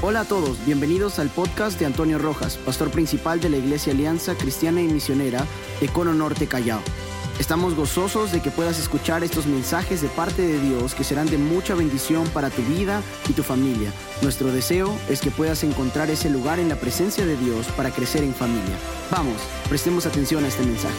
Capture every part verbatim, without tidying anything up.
Hola a todos, bienvenidos al podcast de Antonio Rojas, pastor principal de la Iglesia Alianza Cristiana y Misionera de Cono Norte, Callao. Estamos gozosos de que puedas escuchar estos mensajes de parte de Dios que serán de mucha bendición para tu vida y tu familia. Nuestro deseo es que puedas encontrar ese lugar en la presencia de Dios para crecer en familia. Vamos, prestemos atención a este mensaje.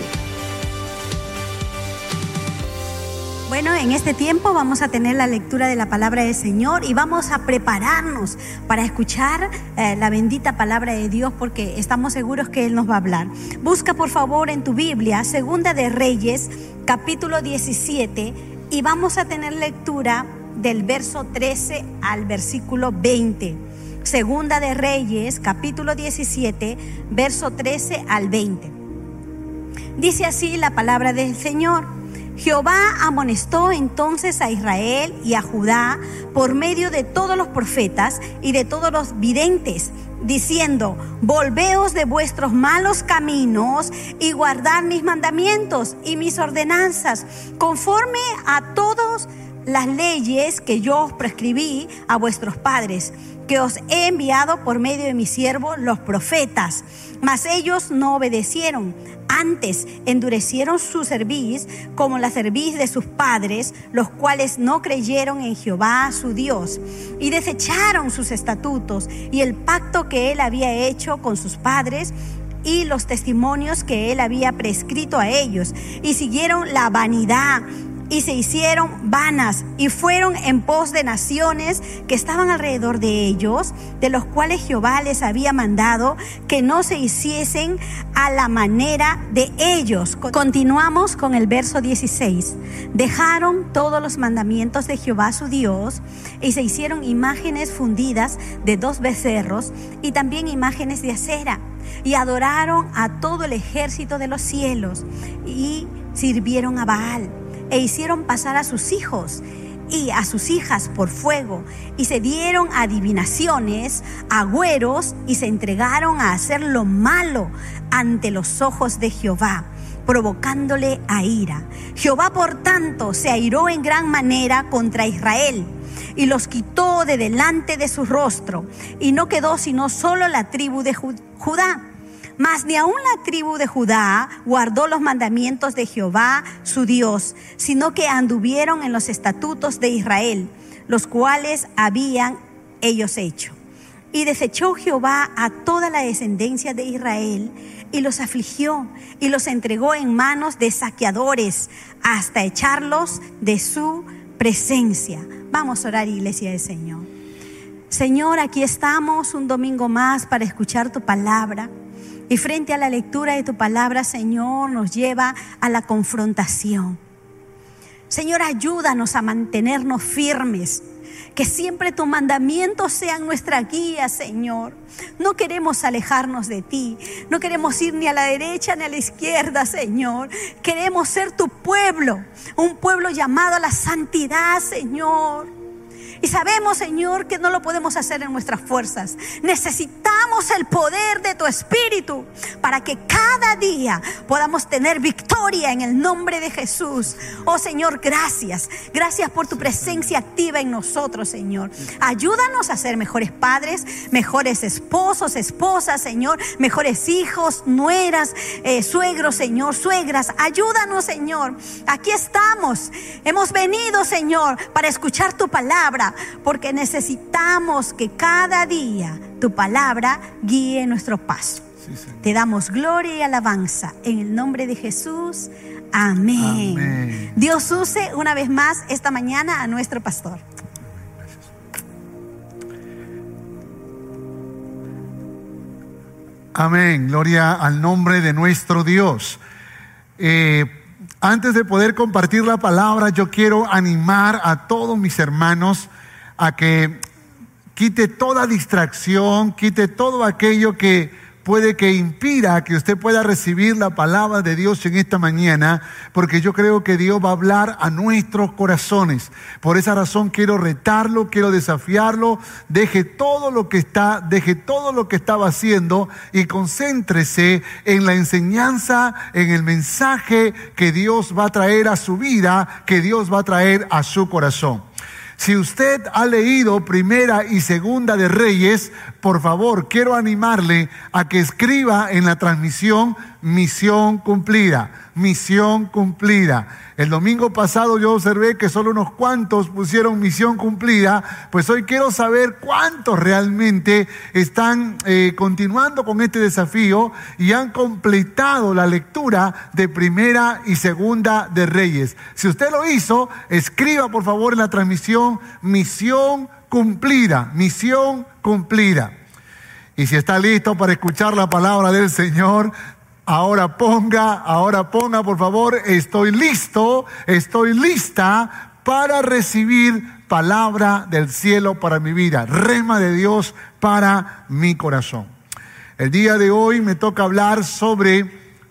Bueno, en este tiempo vamos a tener la lectura de la palabra del Señor y vamos a prepararnos para escuchar eh, la bendita palabra de Dios, porque estamos seguros que Él nos va a hablar. Busca por favor en tu Biblia Segunda de Reyes, capítulo diecisiete, y vamos a tener lectura del verso trece al versículo veinte. Segunda de Reyes, capítulo diecisiete, verso trece al veinte. Dice así la palabra del Señor. Jehová amonestó entonces a Israel y a Judá por medio de todos los profetas y de todos los videntes, diciendo: volveos de vuestros malos caminos y guardad mis mandamientos y mis ordenanzas, conforme a todas las leyes que yo os prescribí a vuestros padres, que os he enviado por medio de mis siervos los profetas. Mas ellos no obedecieron, antes endurecieron su cerviz como la cerviz de sus padres, los cuales no creyeron en Jehová su Dios, y desecharon sus estatutos y el pacto que él había hecho con sus padres, y los testimonios que él había prescrito a ellos, y siguieron la vanidad y se hicieron vanas, y fueron en pos de naciones que estaban alrededor de ellos, de los cuales Jehová les había mandado que no se hiciesen a la manera de ellos. Continuamos con el verso dieciséis. Dejaron todos los mandamientos de Jehová su Dios y se hicieron imágenes fundidas de dos becerros y también imágenes de acera, y adoraron a todo el ejército de los cielos y sirvieron a Baal, e hicieron pasar a sus hijos y a sus hijas por fuego, y se dieron adivinaciones, agüeros, y se entregaron a hacer lo malo ante los ojos de Jehová, provocándole a ira. Jehová, por tanto, se airó en gran manera contra Israel y los quitó de delante de su rostro, y no quedó sino solo la tribu de Judá. Mas ni aun la tribu de Judá guardó los mandamientos de Jehová su Dios, sino que anduvieron en los estatutos de Israel, los cuales habían ellos hecho. Y desechó Jehová a toda la descendencia de Israel, y los afligió, y los entregó en manos de saqueadores, hasta echarlos de su presencia. Vamos a orar, iglesia del Señor. Señor, aquí estamos un domingo más para escuchar tu palabra. Y frente a la lectura de tu palabra, Señor, nos lleva a la confrontación. Señor, ayúdanos a mantenernos firmes. Que siempre tus mandamientos sean nuestra guía, Señor. No queremos alejarnos de ti. No queremos ir ni a la derecha ni a la izquierda, Señor. Queremos ser tu pueblo. Un pueblo llamado a la santidad, Señor. Y sabemos, Señor, que no lo podemos hacer en nuestras fuerzas. Necesitamos el poder de tu Espíritu para que cada día podamos tener victoria en el nombre de Jesús. Oh Señor, gracias. Gracias por tu presencia activa en nosotros, Señor. Ayúdanos a ser mejores padres, mejores esposos, esposas, Señor, mejores hijos, nueras, eh, suegros, Señor, suegras. Ayúdanos, Señor. Aquí estamos. Hemos venido, Señor, para escuchar tu palabra, porque necesitamos que cada día tu palabra guíe nuestro paso. Sí, te damos gloria y alabanza en el nombre de Jesús. Amén. Amén. Dios use una vez más esta mañana a nuestro pastor. Amén. Gloria al nombre de nuestro Dios. Eh, antes de poder compartir la palabra, yo quiero animar a todos mis hermanos a que quite toda distracción, quite todo aquello que puede que impida que usted pueda recibir la palabra de Dios en esta mañana, porque yo creo que Dios va a hablar a nuestros corazones. Por esa razón quiero retarlo, quiero desafiarlo. Deje todo lo que está, deje todo lo que estaba haciendo y concéntrese en la enseñanza, en el mensaje que Dios va a traer a su vida, que Dios va a traer a su corazón. Si usted ha leído Primera y Segunda de Reyes, por favor, quiero animarle a que escriba en la transmisión misión cumplida, misión cumplida. El domingo pasado yo observé que solo unos cuantos pusieron misión cumplida, pues hoy quiero saber cuántos realmente están eh, continuando con este desafío y han completado la lectura de Primera y Segunda de Reyes. Si usted lo hizo, escriba por favor en la transmisión misión cumplida, misión cumplida. Y si está listo para escuchar la palabra del Señor, ahora ponga, ahora ponga por favor, estoy listo, estoy lista para recibir palabra del cielo para mi vida, rema de Dios para mi corazón. El día de hoy me toca hablar sobre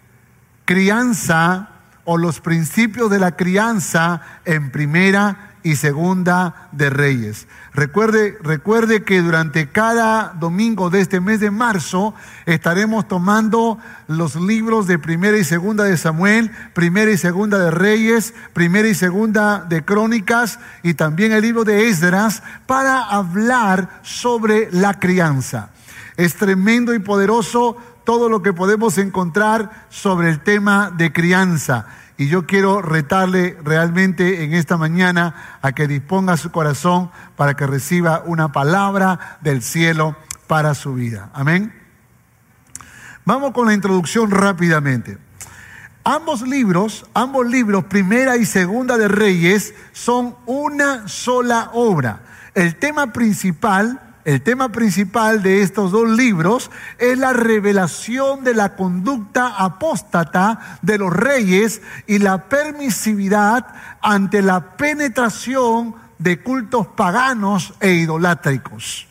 crianza o los principios de la crianza en Primera y Segunda de Reyes. Recuerde, recuerde que durante cada domingo de este mes de marzo estaremos tomando los libros de Primera y Segunda de Samuel, Primera y Segunda de Reyes, Primera y Segunda de Crónicas y también el libro de Esdras para hablar sobre la crianza. Es tremendo y poderoso todo lo que podemos encontrar sobre el tema de crianza. Y yo quiero retarle realmente en esta mañana a que disponga su corazón para que reciba una palabra del cielo para su vida. Amén. Vamos con la introducción rápidamente. Ambos libros, ambos libros, Primera y Segunda de Reyes, son una sola obra. El tema principal El tema principal de estos dos libros es la revelación de la conducta apóstata de los reyes y la permisividad ante la penetración de cultos paganos e idolátricos.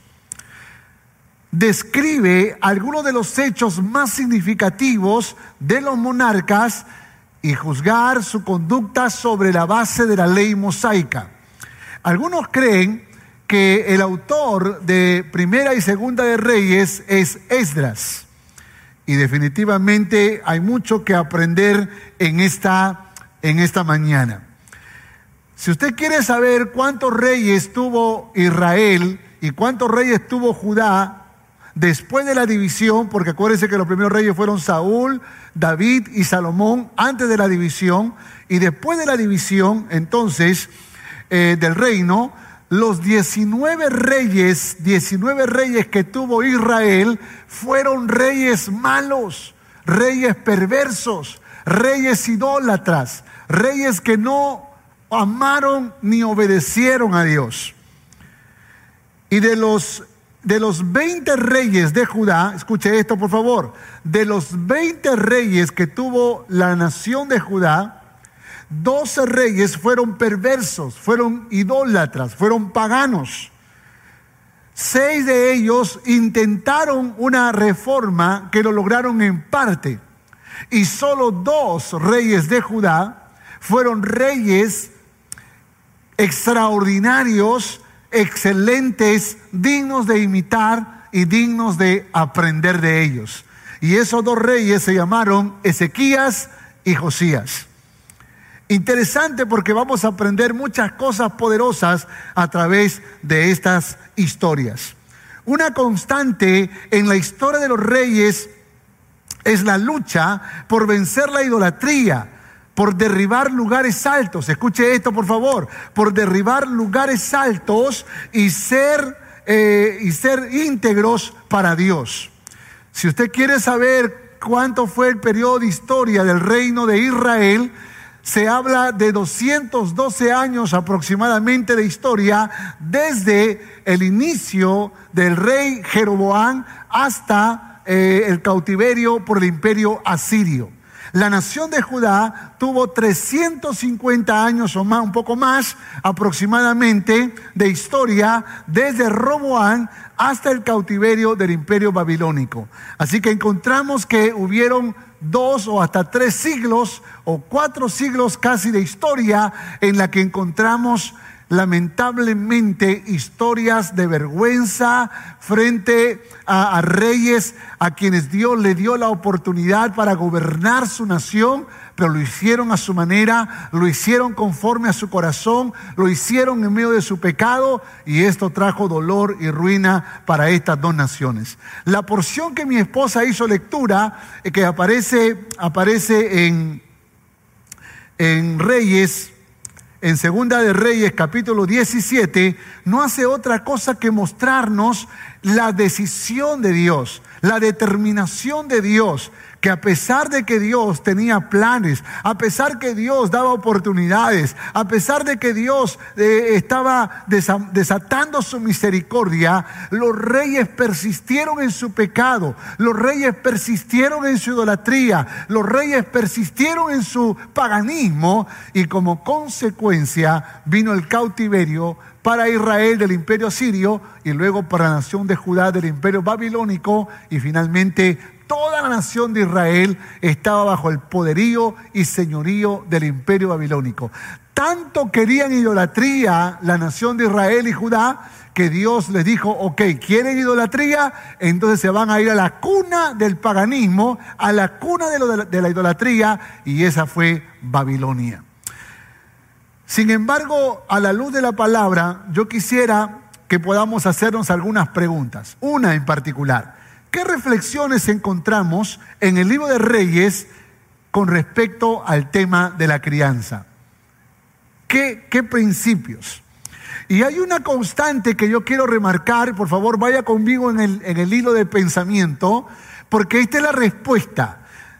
Describe algunos de los hechos más significativos de los monarcas y juzgar su conducta sobre la base de la ley mosaica. Algunos creen que el autor de Primera y Segunda de Reyes es Esdras. Y definitivamente hay mucho que aprender en esta, en esta mañana. Si usted quiere saber cuántos reyes tuvo Israel y cuántos reyes tuvo Judá después de la división, porque acuérdense que los primeros reyes fueron Saúl, David y Salomón antes de la división, y después de la división, entonces, eh, del reino, los diecinueve reyes, diecinueve reyes que tuvo Israel fueron reyes malos, reyes perversos, reyes idólatras, reyes que no amaron ni obedecieron a Dios. Y de los, de los veinte reyes de Judá, escuche esto por favor, de los veinte reyes que tuvo la nación de Judá, doce reyes fueron perversos, fueron idólatras, fueron paganos. Seis de ellos intentaron una reforma que lo lograron en parte. Y solo dos reyes de Judá fueron reyes extraordinarios, excelentes, dignos de imitar y dignos de aprender de ellos. Y esos dos reyes se llamaron Ezequías y Josías. Interesante porque vamos a aprender muchas cosas poderosas a través de estas historias. Una constante en la historia de los reyes es la lucha por vencer la idolatría, por derribar lugares altos. Escuche esto por favor, por derribar lugares altos y ser, eh, y ser íntegros para Dios. Si usted quiere saber cuánto fue el periodo de historia del reino de Israel, se habla de doscientos doce años aproximadamente de historia desde el inicio del rey Jeroboam hasta eh, el cautiverio por el imperio asirio. La nación de Judá tuvo trescientos cincuenta años o más, un poco más aproximadamente de historia desde Roboam hasta el cautiverio del imperio babilónico. Así que encontramos que hubieron dos o hasta tres siglos o cuatro siglos casi de historia en la que encontramos lamentablemente historias de vergüenza frente a, a reyes a quienes Dios le dio la oportunidad para gobernar su nación, pero lo hicieron a su manera, lo hicieron conforme a su corazón, lo hicieron en medio de su pecado, y esto trajo dolor y ruina para estas dos naciones. La porción que mi esposa hizo lectura, que aparece, aparece en, en Reyes, en Segunda de Reyes, capítulo diecisiete, no hace otra cosa que mostrarnos la decisión de Dios, la determinación de Dios, que a pesar de que Dios tenía planes, a pesar que Dios daba oportunidades, a pesar de que Dios eh, estaba desa- desatando su misericordia, los reyes persistieron en su pecado, los reyes persistieron en su idolatría, los reyes persistieron en su paganismo, y como consecuencia vino el cautiverio para Israel del imperio asirio, y luego para la nación de Judá del imperio babilónico, y finalmente toda la nación de Israel estaba bajo el poderío y señorío del imperio babilónico. Tanto querían idolatría la nación de Israel y Judá, que Dios les dijo: ok, ¿quieren idolatría? Entonces se van a ir a la cuna del paganismo, a la cuna de, lo de, la, de la idolatría, y esa fue Babilonia. Sin embargo, a la luz de la palabra, yo quisiera que podamos hacernos algunas preguntas. Una en particular: ¿qué reflexiones encontramos en el libro de Reyes con respecto al tema de la crianza? ¿Qué, qué principios? Y hay una constante que yo quiero remarcar. Por favor, vaya conmigo en el, en el hilo de pensamiento, porque esta es la respuesta.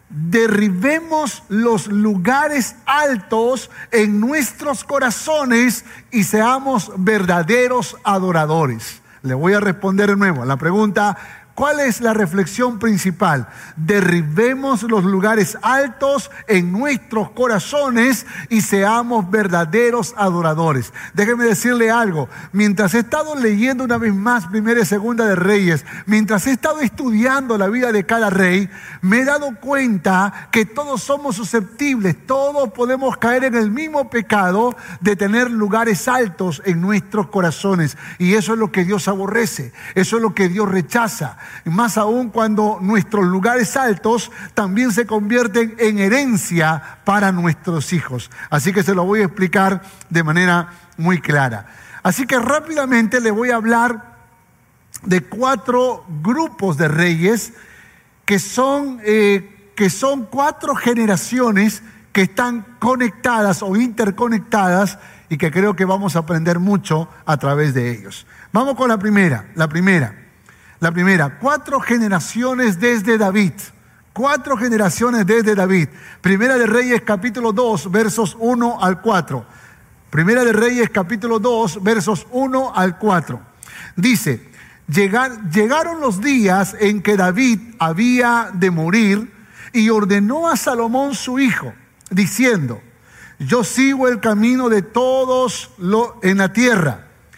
Derribemos los lugares altos en nuestros corazones y seamos verdaderos adoradores. Le voy a responder de nuevo a la pregunta: ¿cuál es la reflexión principal? Derribemos los lugares altos en nuestros corazones y seamos verdaderos adoradores. Déjeme decirle algo. Mientras he estado leyendo una vez más Primera y Segunda de Reyes, mientras he estado estudiando la vida de cada rey, me he dado cuenta que todos somos susceptibles, todos podemos caer en el mismo pecado de tener lugares altos en nuestros corazones. Y eso es lo que Dios aborrece, eso es lo que Dios rechaza. Y más aún cuando nuestros lugares altos también se convierten en herencia para nuestros hijos. Así que se lo voy a explicar de manera muy clara. Así que rápidamente le voy a hablar de cuatro grupos de reyes que son, eh, que son cuatro generaciones que están conectadas o interconectadas, y que creo que vamos a aprender mucho a través de ellos. Vamos con la primera, la primera. La primera, cuatro generaciones desde David. Cuatro generaciones desde David. Primera de Reyes, capítulo dos, versos uno al cuatro. Primera de Reyes, capítulo dos, versos uno al cuatro. Dice: Llegar, llegaron los días en que David había de morir, y ordenó a Salomón su hijo, diciendo: yo sigo el camino de todos lo, en la tierra.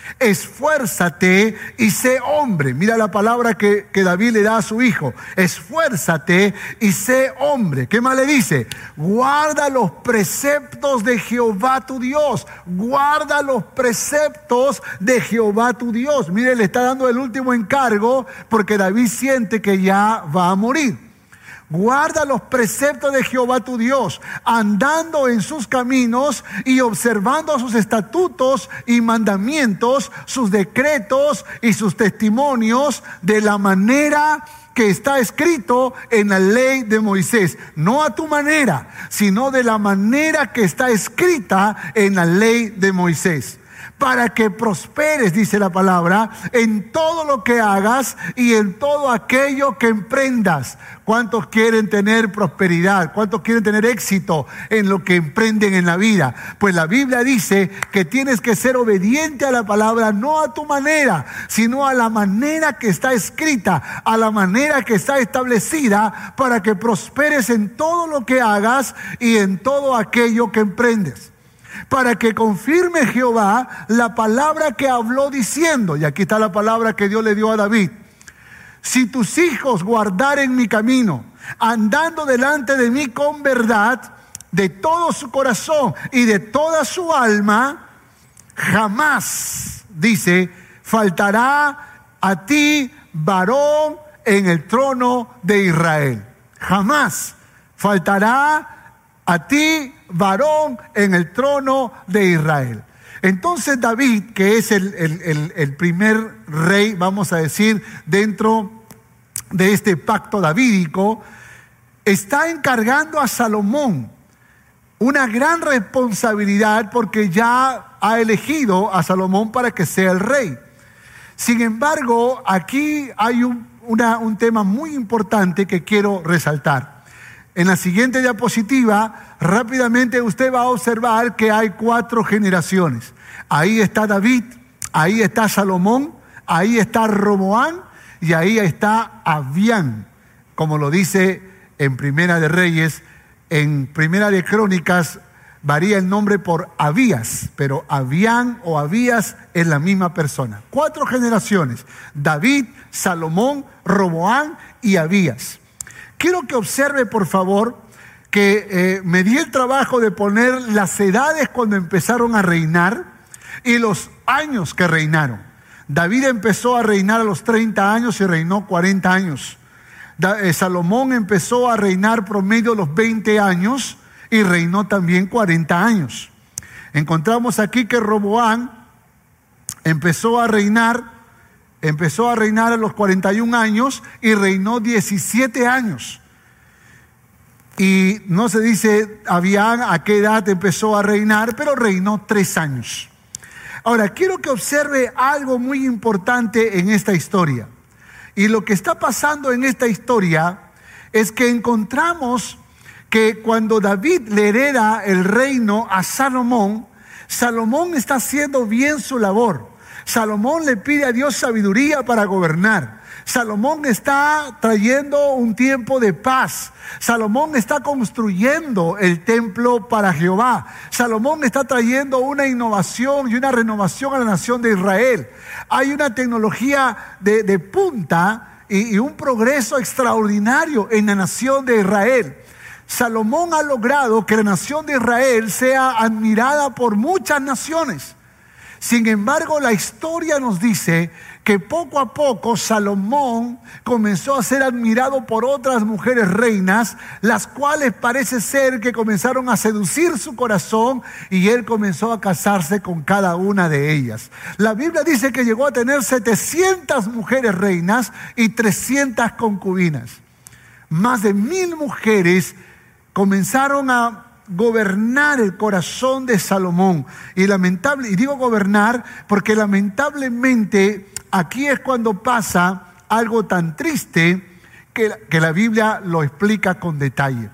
Esfuérzate y sé hombre. Mira la palabra que, que David le da a su hijo. Esfuérzate y sé hombre. ¿Qué más le dice? Guarda los preceptos de Jehová tu Dios. Guarda los preceptos de Jehová tu Dios. Mire, le está dando el último encargo porque David siente que ya va a morir. Guarda los preceptos de Jehová tu Dios, andando en sus caminos y observando sus estatutos y mandamientos, sus decretos y sus testimonios, de la manera que está escrito en la ley de Moisés. No a tu manera, sino de la manera que está escrita en la ley de Moisés. Para que prosperes, dice la palabra, en todo lo que hagas y en todo aquello que emprendas. ¿Cuántos quieren tener prosperidad? ¿Cuántos quieren tener éxito en lo que emprenden en la vida? Pues la Biblia dice que tienes que ser obediente a la palabra, no a tu manera, sino a la manera que está escrita, a la manera que está establecida, para que prosperes en todo lo que hagas y en todo aquello que emprendes. Para que confirme Jehová la palabra que habló diciendo, y aquí está la palabra que Dios le dio a David: si tus hijos guardaren mi camino, andando delante de mí con verdad, de todo su corazón y de toda su alma, jamás, dice, faltará a ti varón en el trono de Israel. Jamás faltará a ti varón en el trono de Israel. Entonces David, que es el, el, el, el primer rey, vamos a decir, dentro de este pacto davídico, está encargando a Salomón una gran responsabilidad porque ya ha elegido a Salomón para que sea el rey. Sin embargo, aquí hay un, una, un tema muy importante que quiero resaltar. En la siguiente diapositiva, rápidamente usted va a observar que hay cuatro generaciones. Ahí está David, ahí está Salomón, ahí está Roboán y ahí está Abián, como lo dice en Primera de Reyes. En Primera de Crónicas varía el nombre por Abías, pero Abián o Abías es la misma persona. Cuatro generaciones: David, Salomón, Roboán y Abías. Quiero que observe, por favor, que eh, me di el trabajo de poner las edades cuando empezaron a reinar y los años que reinaron. David empezó a reinar a los treinta años y reinó cuarenta años. Salomón empezó a reinar promedio a los veinte años y reinó también cuarenta años. Encontramos aquí que Roboán empezó a reinar, empezó a reinar a los cuarenta y un años y reinó diecisiete años. Y no se dice Abián a qué edad empezó a reinar, pero reinó tres años. Ahora, quiero que observe algo muy importante en esta historia. Y lo que está pasando en esta historia es que encontramos que cuando David le hereda el reino a Salomón, Salomón está haciendo bien su labor. Salomón le pide a Dios sabiduría para gobernar. Salomón está trayendo un tiempo de paz. Salomón está construyendo el templo para Jehová. Salomón está trayendo una innovación y una renovación a la nación de Israel. Hay una tecnología de, de punta y, y un progreso extraordinario en la nación de Israel. Salomón ha logrado que la nación de Israel sea admirada por muchas naciones. Sin embargo, la historia nos dice que poco a poco Salomón comenzó a ser admirado por otras mujeres reinas, las cuales parece ser que comenzaron a seducir su corazón y él comenzó a casarse con cada una de ellas. La Biblia dice que llegó a tener setecientas mujeres reinas y trescientas concubinas. Más de mil mujeres comenzaron a gobernar el corazón de Salomón. Y lamentable, y digo gobernar porque lamentablemente aquí es cuando pasa algo tan triste que, que la Biblia lo explica con detalle.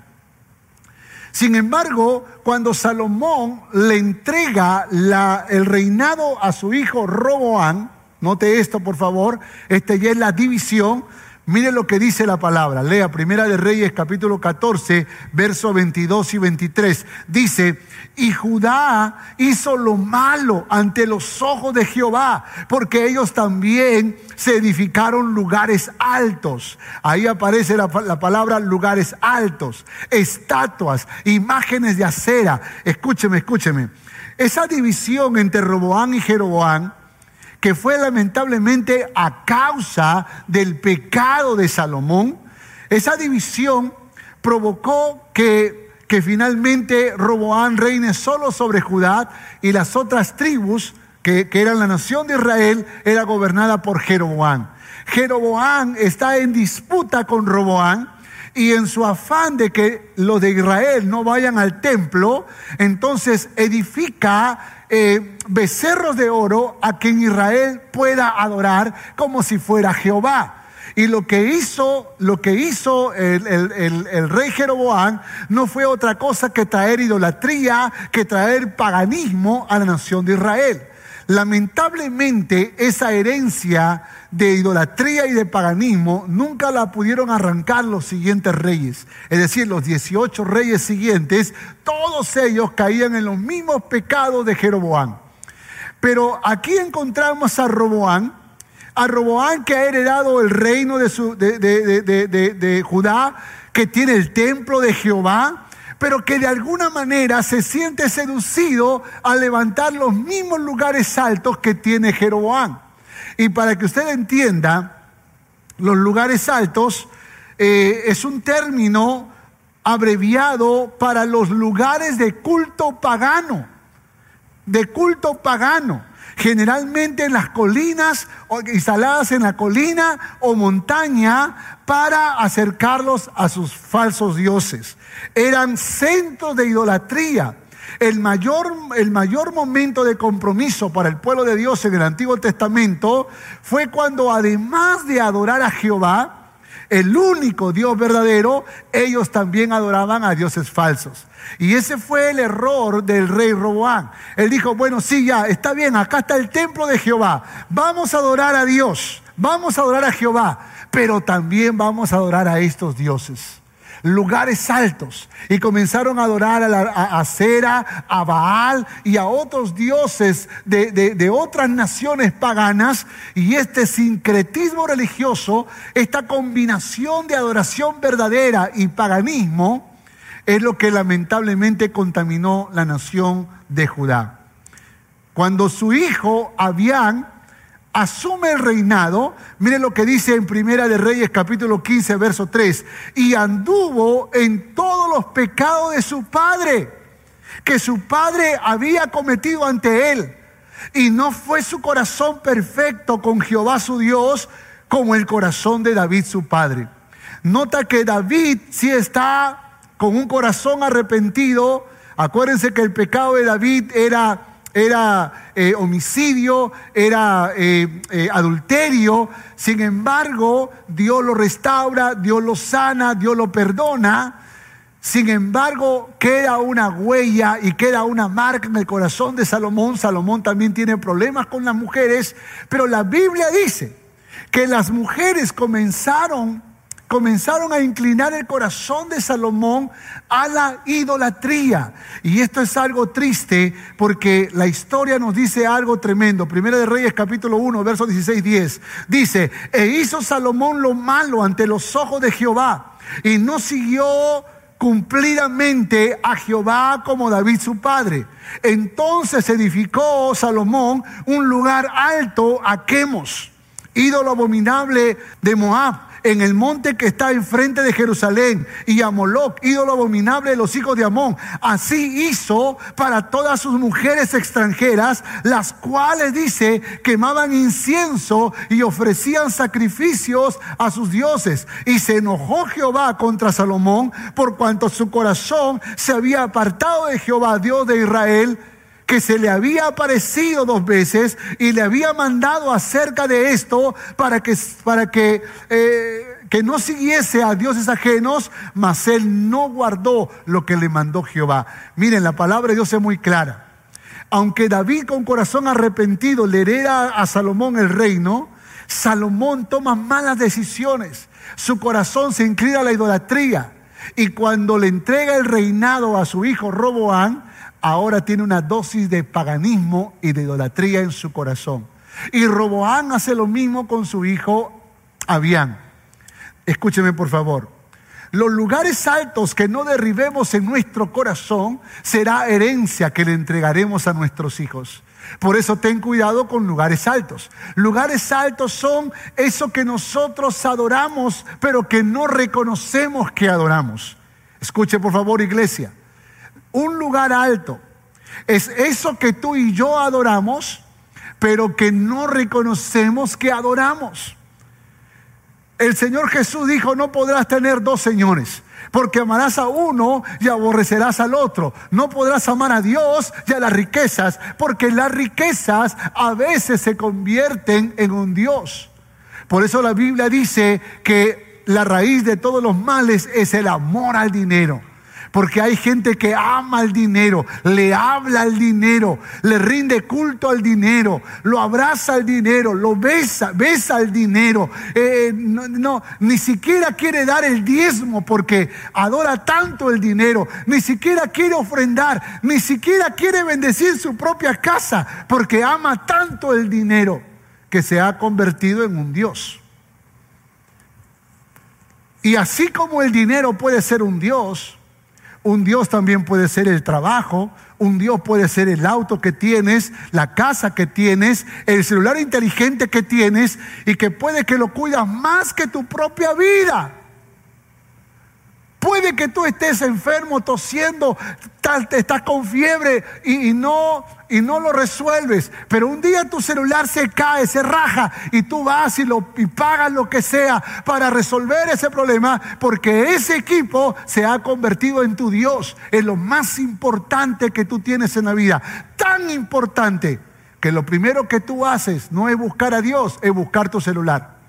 Sin embargo, cuando Salomón le entrega la, el reinado a su hijo Roboán, note esto por favor, este ya es la división. Mire lo que dice la palabra. Lea Primera de Reyes capítulo catorce, versos veintidós y veintitrés. Dice: y Judá hizo lo malo ante los ojos de Jehová, porque ellos también se edificaron lugares altos. Ahí aparece la, la palabra lugares altos, estatuas, imágenes de acera. Escúcheme, escúcheme. Esa división entre Roboán y Jeroboán, que fue lamentablemente a causa del pecado de Salomón, esa división provocó que, que finalmente Roboán reine solo sobre Judá y las otras tribus, que, que eran la nación de Israel, era gobernada por Jeroboán. Jeroboán está en disputa con Roboán y en su afán de que los de Israel no vayan al templo, entonces edifica Eh, becerros de oro a quien Israel pueda adorar como si fuera Jehová. Y lo que hizo, lo que hizo el, el, el, el rey Jeroboán no fue otra cosa que traer idolatría, que traer paganismo a la nación de Israel. Lamentablemente, esa herencia de idolatría y de paganismo nunca la pudieron arrancar los siguientes reyes. Es decir, los dieciocho reyes siguientes, todos ellos caían en los mismos pecados de Jeroboán. Pero aquí encontramos a Roboán, a Roboán que ha heredado el reino de, su, de, de, de, de, de, de Judá, que tiene el templo de Jehová, pero que de alguna manera se siente seducido a levantar los mismos lugares altos que tiene Jeroboam. Y para que usted entienda, los lugares altos eh, es un término abreviado para los lugares de culto pagano, de culto pagano, generalmente en las colinas, instaladas en la colina o montaña para acercarlos a sus falsos dioses. Eran centros de idolatría. El mayor, el mayor momento de compromiso para el pueblo de Dios en el Antiguo Testamento fue cuando, además de adorar a Jehová, el único Dios verdadero, ellos también adoraban a dioses falsos. Y ese fue el error del rey Roboam. Él dijo, bueno, sí, ya, está bien, acá está el templo de Jehová. Vamos a adorar a Dios, vamos a adorar a Jehová, pero también vamos a adorar a estos dioses. Lugares altos, y comenzaron a adorar a, la, a, a Cera, a Baal y a otros dioses de, de, de otras naciones paganas. Y este sincretismo religioso, esta combinación de adoración verdadera y paganismo, es lo que lamentablemente contaminó la nación de Judá. Cuando su hijo Abián asume el reinado, miren lo que dice en Primera de Reyes capítulo quince verso tres: y anduvo en todos los pecados de su padre, que su padre había cometido ante él, y no fue su corazón perfecto con Jehová su Dios como el corazón de David su padre. Nota que David sí está con un corazón arrepentido. Acuérdense que el pecado de David era Era eh, homicidio, era eh, eh, adulterio. Sin embargo, Dios lo restaura, Dios lo sana, Dios lo perdona. Sin embargo, queda una huella y queda una marca en el corazón de Salomón. Salomón también tiene problemas con las mujeres, pero la Biblia dice que las mujeres comenzaron comenzaron a inclinar el corazón de Salomón a la idolatría. Y esto es algo triste, porque la historia nos dice algo tremendo. Primera de Reyes capítulo uno, versos dieciséis diez. Dice, e hizo Salomón lo malo ante los ojos de Jehová, y no siguió cumplidamente a Jehová como David su padre. Entonces edificó Salomón un lugar alto a Quemos, ídolo abominable de Moab, en el monte que está enfrente de Jerusalén, y a Moloc, ídolo abominable de los hijos de Amón. Así hizo para todas sus mujeres extranjeras, las cuales, dice, quemaban incienso y ofrecían sacrificios a sus dioses. Y se enojó Jehová contra Salomón, por cuanto su corazón se había apartado de Jehová, Dios de Israel, que se le había aparecido dos veces y le había mandado acerca de esto para que, para que, eh, que no siguiese a dioses ajenos, mas él no guardó lo que le mandó Jehová. Miren, la palabra de Dios es muy clara. Aunque David con corazón arrepentido le hereda a Salomón el reino, Salomón toma malas decisiones. Su corazón se inclina a la idolatría, y cuando le entrega el reinado a su hijo Roboam, ahora tiene una dosis de paganismo y de idolatría en su corazón. Y Roboam hace lo mismo con su hijo Abián. Escúcheme por favor. Los lugares altos que no derribemos en nuestro corazón será herencia que le entregaremos a nuestros hijos. Por eso ten cuidado con lugares altos. Lugares altos son eso que nosotros adoramos, pero que no reconocemos que adoramos. Escuche por favor, iglesia. Un lugar alto es eso que tú y yo adoramos, pero que no reconocemos que adoramos. El Señor Jesús dijo, no podrás tener dos señores, porque amarás a uno y aborrecerás al otro. No podrás amar a Dios y a las riquezas, porque las riquezas a veces se convierten en un Dios. Por eso la Biblia dice que la raíz de todos los males es el amor al dinero. Porque hay gente que ama el dinero, le habla al dinero, le rinde culto al dinero, lo abraza al dinero, lo besa, besa al dinero. Eh, no, no, ni siquiera quiere dar el diezmo porque adora tanto el dinero. Ni siquiera quiere ofrendar, ni siquiera quiere bendecir su propia casa porque ama tanto el dinero que se ha convertido en un Dios. Y así como el dinero puede ser un Dios, Un Dios también puede ser el trabajo, un Dios puede ser el auto que tienes, la casa que tienes, el celular inteligente que tienes y que puede que lo cuidas más que tu propia vida. Puede que tú estés enfermo, tosiendo, tal, estás con fiebre y, y, no, y no lo resuelves. Pero un día tu celular se cae, se raja y tú vas y, lo, y pagas lo que sea para resolver ese problema, porque ese equipo se ha convertido en tu Dios, en lo más importante que tú tienes en la vida. Tan importante que lo primero que tú haces no es buscar a Dios, es buscar tu celular.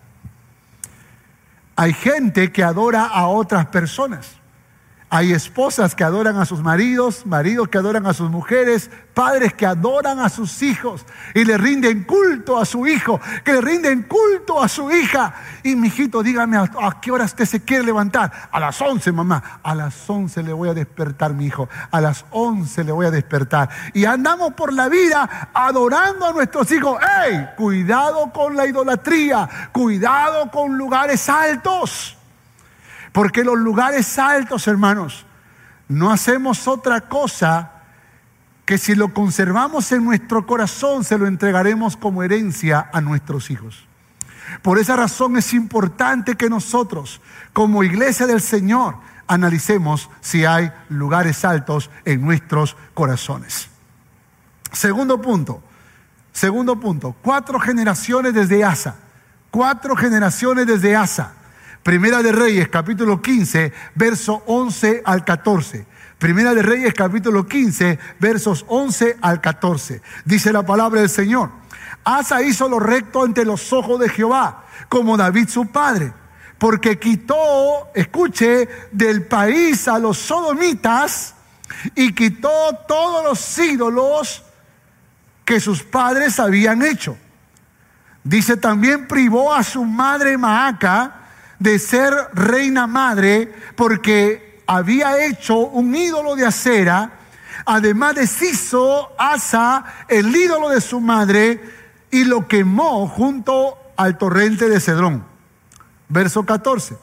Hay gente que adora a otras personas. Hay esposas que adoran a sus maridos, maridos que adoran a sus mujeres, padres que adoran a sus hijos y le rinden culto a su hijo, que le rinden culto a su hija. Y mijito, dígame, ¿a, a qué hora usted se quiere levantar? A las once, mamá. A las once le voy a despertar, mi hijo. A las once le voy a despertar. Y andamos por la vida adorando a nuestros hijos. ¡Ey! Cuidado con la idolatría. Cuidado con lugares altos. Porque los lugares altos, hermanos, no hacemos otra cosa que si lo conservamos en nuestro corazón, se lo entregaremos como herencia a nuestros hijos. Por esa razón es importante que nosotros, como iglesia del Señor, analicemos si hay lugares altos en nuestros corazones. Segundo punto, segundo punto, cuatro generaciones desde Asa, cuatro generaciones desde Asa. Primera de Reyes, capítulo quince, verso once al catorce. Primera de Reyes, capítulo quince, versos once al catorce. Dice la palabra del Señor: Asa hizo lo recto ante los ojos de Jehová, como David su padre, porque quitó, escuche, del país a los sodomitas y quitó todos los ídolos que sus padres habían hecho. Dice, también privó a su madre Maaca de ser reina madre, porque había hecho un ídolo de acera. Además deshizo Asa el ídolo de su madre y lo quemó junto al torrente de Cedrón. Verso catorce.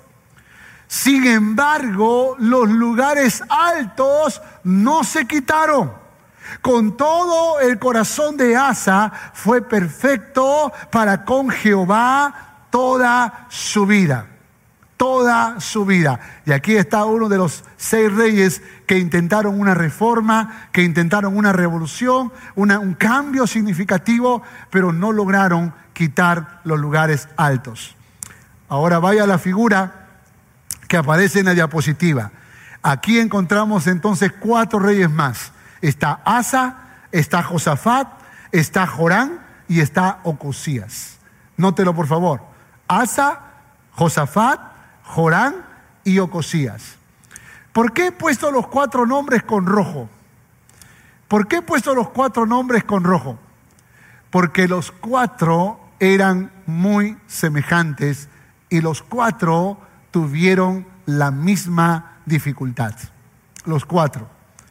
Sin embargo, los lugares altos no se quitaron. Con todo, el corazón de Asa fue perfecto para con Jehová toda su vida. Toda su vida. Y aquí está uno de los seis reyes que intentaron una reforma, que intentaron una revolución, una, un cambio significativo, pero no lograron quitar los lugares altos. Ahora vaya a la figura que aparece en la diapositiva. Aquí encontramos entonces cuatro reyes más. Está Asa, está Josafat, está Jorán y está Ocosías. Nótelo por favor. Asa, Josafat, Jorán y Ocosías. ¿Por qué he puesto los cuatro nombres con rojo? ¿Por qué he puesto los cuatro nombres con rojo? Porque los cuatro eran muy semejantes y los cuatro tuvieron la misma dificultad. Los cuatro.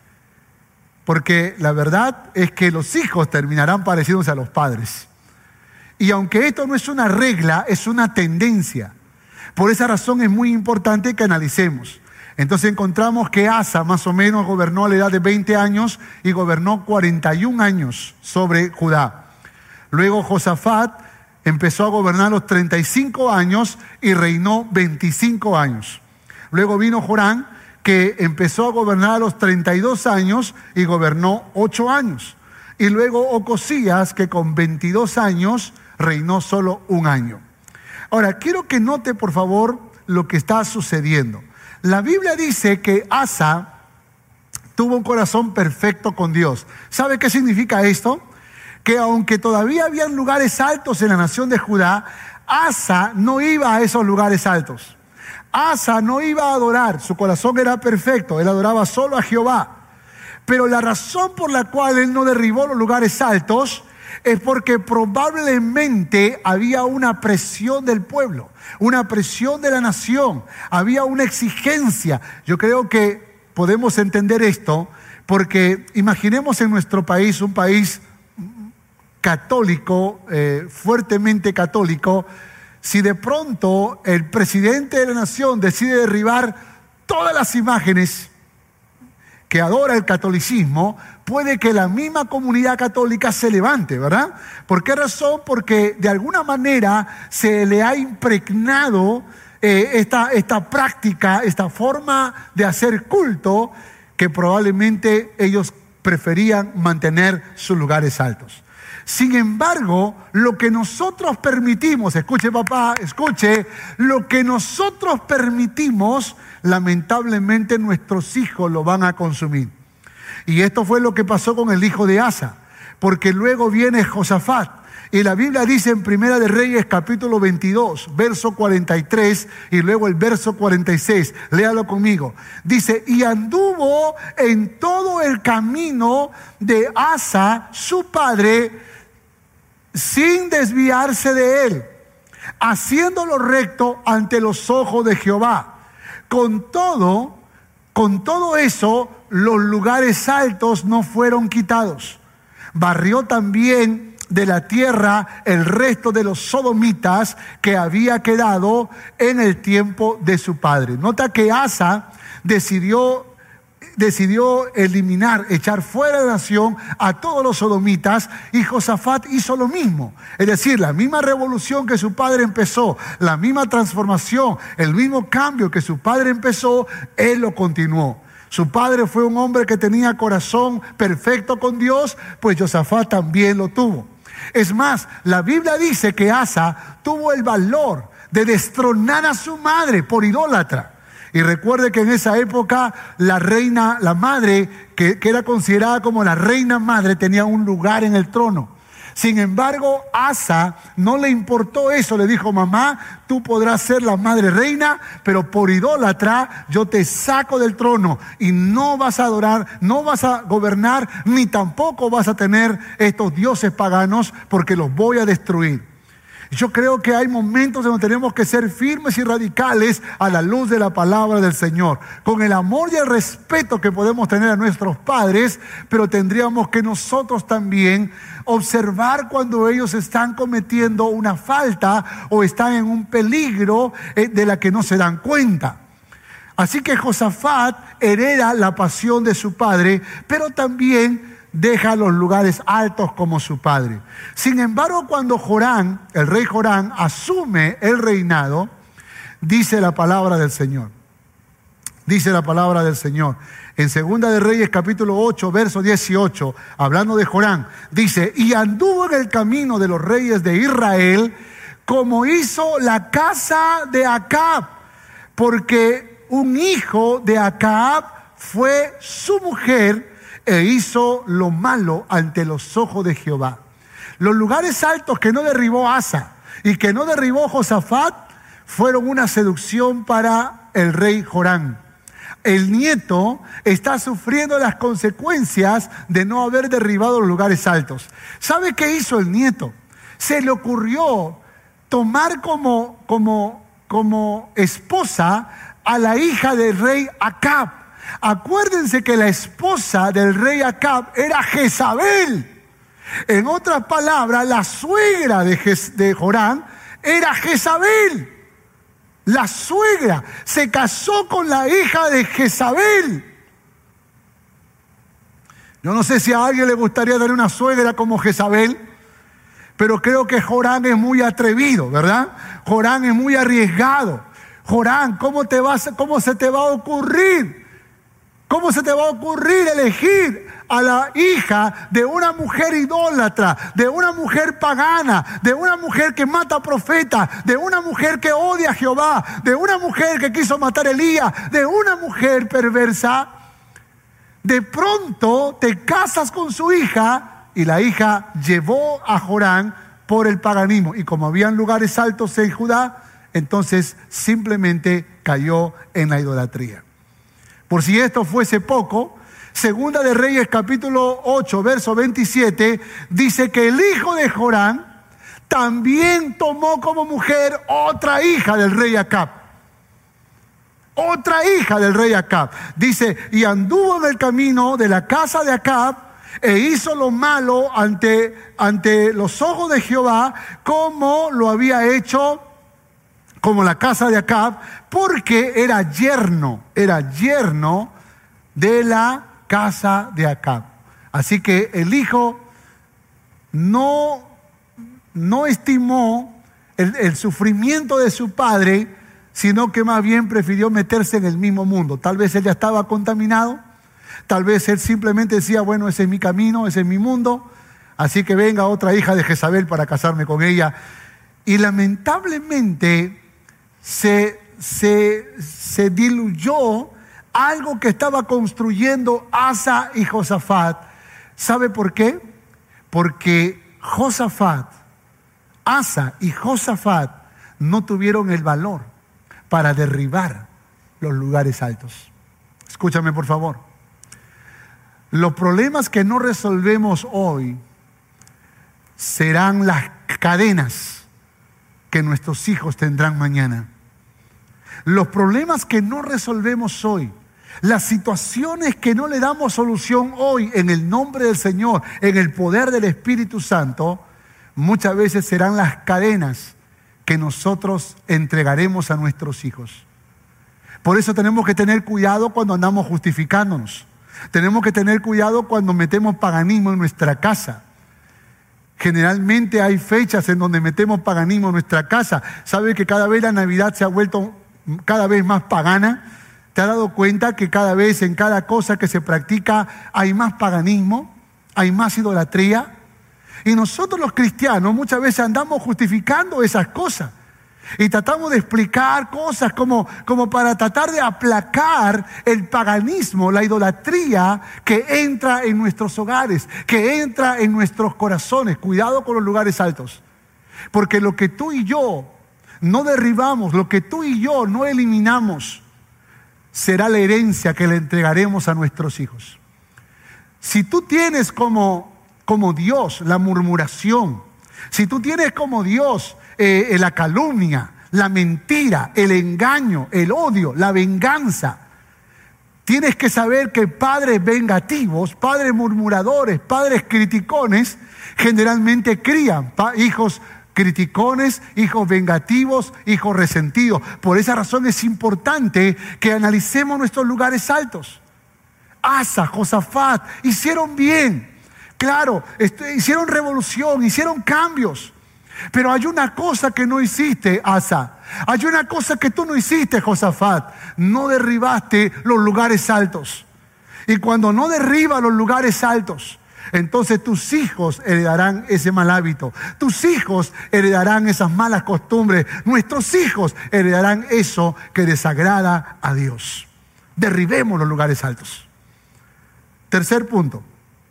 Porque la verdad es que los hijos terminarán pareciéndose a los padres. Y aunque esto no es una regla, es una tendencia. Por esa razón es muy importante que analicemos. Entonces encontramos que Asa más o menos gobernó a la edad de veinte años y gobernó cuarenta y un años sobre Judá. Luego Josafat empezó a gobernar a los treinta y cinco años y reinó veinticinco años. Luego vino Jorán, que empezó a gobernar a los treinta y dos años y gobernó ocho años. Y luego Ocosías, que con veintidós años reinó solo un año. Ahora, quiero que note por favor lo que está sucediendo. La Biblia dice que Asa tuvo un corazón perfecto con Dios. ¿Sabe qué significa esto? Que aunque todavía habían lugares altos en la nación de Judá, Asa no iba a esos lugares altos. Asa no iba a adorar, su corazón era perfecto, él adoraba solo a Jehová. Pero la razón por la cual él no derribó los lugares altos es porque probablemente había una presión del pueblo, una presión de la nación, había una exigencia. Yo creo que podemos entender esto porque imaginemos en nuestro país, un país católico, eh, fuertemente católico, si de pronto el presidente de la nación decide derribar todas las imágenes que adora el catolicismo, puede que la misma comunidad católica se levante, ¿verdad? ¿Por qué razón? Porque de alguna manera se le ha impregnado eh, esta, esta práctica, esta forma de hacer culto, que probablemente ellos preferían mantener sus lugares altos. Sin embargo, lo que nosotros permitimos, escuche papá, escuche, lo que nosotros permitimos, lamentablemente nuestros hijos lo van a consumir. Y esto fue lo que pasó con el hijo de Asa, porque luego viene Josafat. Y la Biblia dice en Primera de Reyes capítulo veintidós, verso cuarenta y tres y luego el verso cuarenta y seis. Léalo conmigo. Dice, y anduvo en todo el camino de Asa, su padre, sin desviarse de él, haciendo lo recto ante los ojos de Jehová. Con todo, con todo eso, los lugares altos no fueron quitados. Barrió también de la tierra el resto de los sodomitas que había quedado en el tiempo de su padre. Nota que Asa decidió decidió eliminar, echar fuera de la nación a todos los sodomitas, y Josafat hizo lo mismo. Es decir, la misma revolución que su padre empezó, la misma transformación, el mismo cambio que su padre empezó, él lo continuó. Su padre fue un hombre que tenía corazón perfecto con Dios, pues Josafat también lo tuvo. Es más, la Biblia dice que Asa tuvo el valor de destronar a su madre por idólatra. Y recuerde que en esa época la reina, la madre, que, que era considerada como la reina madre, tenía un lugar en el trono. Sin embargo, Asa no le importó eso. Le dijo, mamá, tú podrás ser la madre reina, pero por idólatra yo te saco del trono y no vas a adorar, no vas a gobernar, ni tampoco vas a tener estos dioses paganos, porque los voy a destruir. Yo creo que hay momentos en donde tenemos que ser firmes y radicales a la luz de la palabra del Señor, con el amor y el respeto que podemos tener a nuestros padres, pero tendríamos que nosotros también observar cuando ellos están cometiendo una falta o están en un peligro de la que no se dan cuenta. Así que Josafat hereda la pasión de su padre, pero también deja los lugares altos como su padre. Sin embargo, cuando Jorán, el rey Jorán, asume el reinado, dice la palabra del Señor. Dice la palabra del Señor. En Segunda de Reyes, capítulo ocho, verso dieciocho, hablando de Jorán, dice, y anduvo en el camino de los reyes de Israel, como hizo la casa de Acab, porque un hijo de Acab fue su mujer, e hizo lo malo ante los ojos de Jehová. Los lugares altos que no derribó Asa y que no derribó Josafat fueron una seducción para el rey Jorán. El nieto está sufriendo las consecuencias de no haber derribado los lugares altos. ¿Sabe qué hizo el nieto? Se le ocurrió tomar como, como, como esposa a la hija del rey Acab. Acuérdense que la esposa del rey Acab era Jezabel. En otras palabras, la suegra de, Jez, de Jorán era Jezabel. La suegra se casó con la hija de Jezabel. Yo no sé si a alguien le gustaría tener una suegra como Jezabel, pero creo que Jorán es muy atrevido, ¿verdad? Jorán es muy arriesgado. Jorán, ¿cómo te vas, cómo se te va a ocurrir? ¿Cómo se te va a ocurrir elegir a la hija de una mujer idólatra, de una mujer pagana, de una mujer que mata profetas, de una mujer que odia a Jehová, de una mujer que quiso matar a Elías, de una mujer perversa? De pronto te casas con su hija, y la hija llevó a Jorán por el paganismo. Y como habían lugares altos en Judá, entonces simplemente cayó en la idolatría. Por si esto fuese poco, Segunda de Reyes capítulo ocho, verso veintisiete, dice que el hijo de Jorán también tomó como mujer otra hija del rey Acab. Otra hija del rey Acab. Dice, y anduvo en el camino de la casa de Acab, e hizo lo malo ante, ante los ojos de Jehová, como lo había hecho como la casa de Acab, porque era yerno, era yerno de la casa de Acab. Así que el hijo no, no estimó el, el sufrimiento de su padre, sino que más bien prefirió meterse en el mismo mundo. Tal vez él ya estaba contaminado, tal vez él simplemente decía, bueno, ese es mi camino, ese es mi mundo, así que venga otra hija de Jezabel para casarme con ella. Y lamentablemente se, se, se diluyó algo que estaba construyendo Asa y Josafat. ¿Sabe por qué? Porque Josafat, Asa y Josafat no tuvieron el valor para derribar los lugares altos. Escúchame, por favor. Los problemas que no resolvemos hoy serán las cadenas que nuestros hijos tendrán mañana. Los problemas que no resolvemos hoy, las situaciones que no le damos solución hoy en el nombre del Señor, en el poder del Espíritu Santo, muchas veces serán las cadenas que nosotros entregaremos a nuestros hijos. Por eso tenemos que tener cuidado cuando andamos justificándonos. Tenemos que tener cuidado cuando metemos paganismo en nuestra casa. Generalmente hay fechas en donde metemos paganismo en nuestra casa. ¿Sabe que cada vez la Navidad se ha vuelto cada vez más pagana? ¿Te has dado cuenta que cada vez en cada cosa que se practica hay más paganismo, hay más idolatría? Y nosotros los cristianos muchas veces andamos justificando esas cosas y tratamos de explicar cosas como, como para tratar de aplacar el paganismo, la idolatría que entra en nuestros hogares, que entra en nuestros corazones. Cuidado con los lugares altos, porque lo que tú y yo no derribamos, lo que tú y yo no eliminamos, será la herencia que le entregaremos a nuestros hijos. Si tú tienes como, como Dios la murmuración, si tú tienes como Dios eh, la calumnia, la mentira, el engaño, el odio, la venganza, tienes que saber que padres vengativos, padres murmuradores, padres criticones, generalmente crían pa- hijos criticones, hijos vengativos, hijos resentidos. Por esa razón es importante que analicemos nuestros lugares altos. Asa, Josafat hicieron bien, claro, este, hicieron revolución, hicieron cambios. Pero hay una cosa que no hiciste, Asa. Hay una cosa que tú no hiciste, Josafat. No derribaste los lugares altos. Y cuando no derribas los lugares altos, entonces tus hijos heredarán ese mal hábito. Tus hijos heredarán esas malas costumbres. Nuestros hijos heredarán eso que desagrada a Dios. Derribemos los lugares altos. Tercer punto.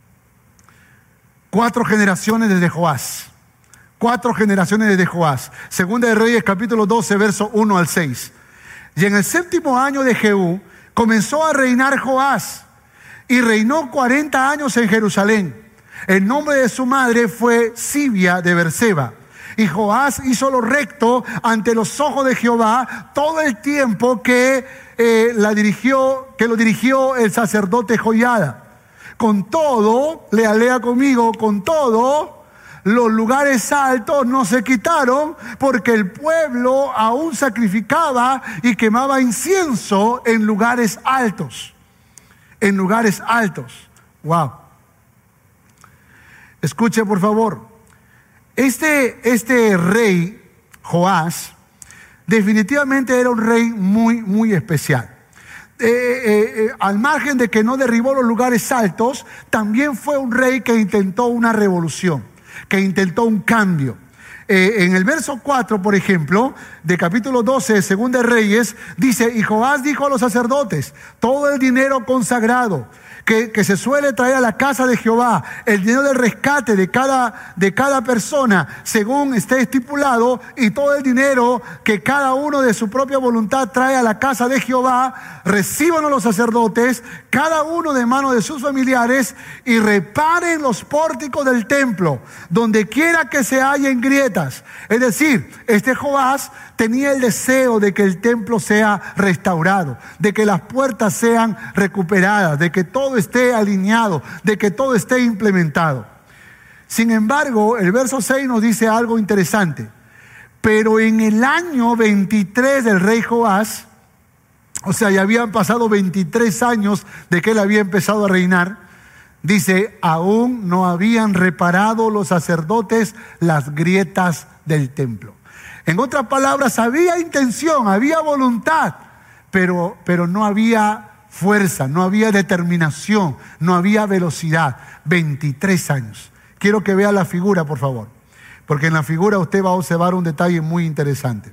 Cuatro generaciones desde Joás. Cuatro generaciones desde Joás. Segunda de Reyes, capítulo doce, verso uno al seis. Y en el séptimo año de Jehú comenzó a reinar Joás, y reinó cuarenta años en Jerusalén. El nombre de su madre fue Sibia de Berseba. Y Joás hizo lo recto ante los ojos de Jehová todo el tiempo que, eh, la dirigió, que lo dirigió el sacerdote Joiada. Con todo, lea, lea conmigo, con todo, los lugares altos no se quitaron, porque el pueblo aún sacrificaba y quemaba incienso en lugares altos. En lugares altos. Wow. Escuche, por favor. Este, este rey, Joás, definitivamente era un rey muy, muy especial. Eh, eh, eh, al margen de que no derribó los lugares altos, también fue un rey que intentó una revolución, que intentó un cambio. Eh, en el verso cuatro, por ejemplo, de capítulo doce de Segunda de Reyes, dice: y Joás dijo a los sacerdotes: todo el dinero consagrado que, que se suele traer a la casa de Jehová, el dinero del rescate de cada, de cada persona, según esté estipulado, y todo el dinero que cada uno de su propia voluntad trae a la casa de Jehová, recíbanlo los sacerdotes, cada uno de mano de sus familiares, y reparen los pórticos del templo, donde quiera que se hallen grietas. Es decir, este Joás tenía el deseo de que el templo sea restaurado, de que las puertas sean recuperadas, de que todo esté alineado, de que todo esté implementado. Sin embargo, el verso seis nos dice algo interesante. Pero en el año veintitrés del rey Joás, o sea, ya habían pasado veintitrés años de que él había empezado a reinar. Dice, aún no habían reparado los sacerdotes las grietas del templo. En otras palabras, había intención, había voluntad, pero, pero no había fuerza, no había determinación, no había velocidad. veintitrés años. Quiero que vea la figura, por favor, porque en la figura usted va a observar un detalle muy interesante.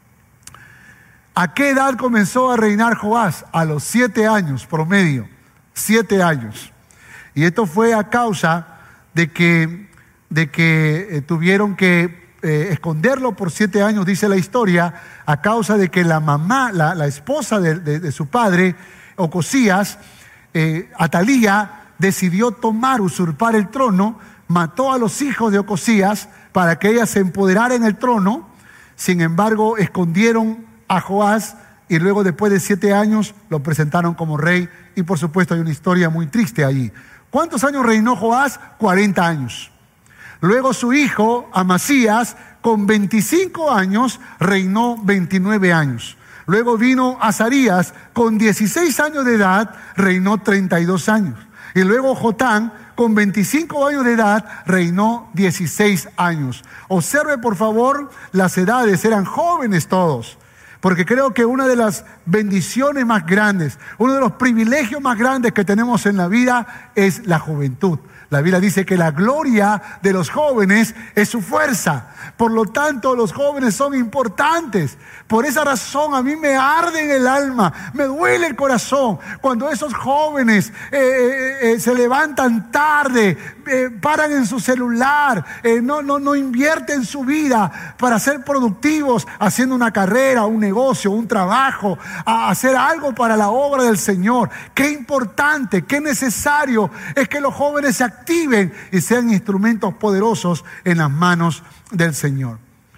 ¿A qué edad comenzó a reinar Joás? A los siete años promedio, siete años. Y esto fue a causa de que, de que eh, tuvieron que eh, esconderlo por siete años, dice la historia, a causa de que la mamá, la, la esposa de, de, de su padre, Ocosías, eh, Atalía, decidió tomar, usurpar el trono, mató a los hijos de Ocosías para que ella se empoderara en el trono. Sin embargo, escondieron a Joás y luego, después de siete años, lo presentaron como rey. Y por supuesto hay una historia muy triste allí. ¿Cuántos años reinó Joás? cuarenta años. Luego su hijo, Amasías, con veinticinco años, reinó veintinueve años. Luego vino Azarías, con dieciséis años de edad, reinó treinta y dos años. Y luego Jotán, con veinticinco años de edad, reinó dieciséis años. Observe, por favor, las edades, eran jóvenes todos. Porque creo que una de las bendiciones más grandes, uno de los privilegios más grandes que tenemos en la vida es la juventud. La Biblia dice que la gloria de los jóvenes es su fuerza. Por lo tanto, los jóvenes son importantes. Por esa razón a mí me arde en el alma, me duele el corazón cuando esos jóvenes eh, eh, eh, se levantan tarde, eh, paran en su celular, eh, no, no, no invierten su vida para ser productivos, haciendo una carrera, un negocio, un trabajo, a hacer algo para la obra del Señor. Qué importante, qué necesario es que los jóvenes se activen y sean instrumentos poderosos en las manos del Señor.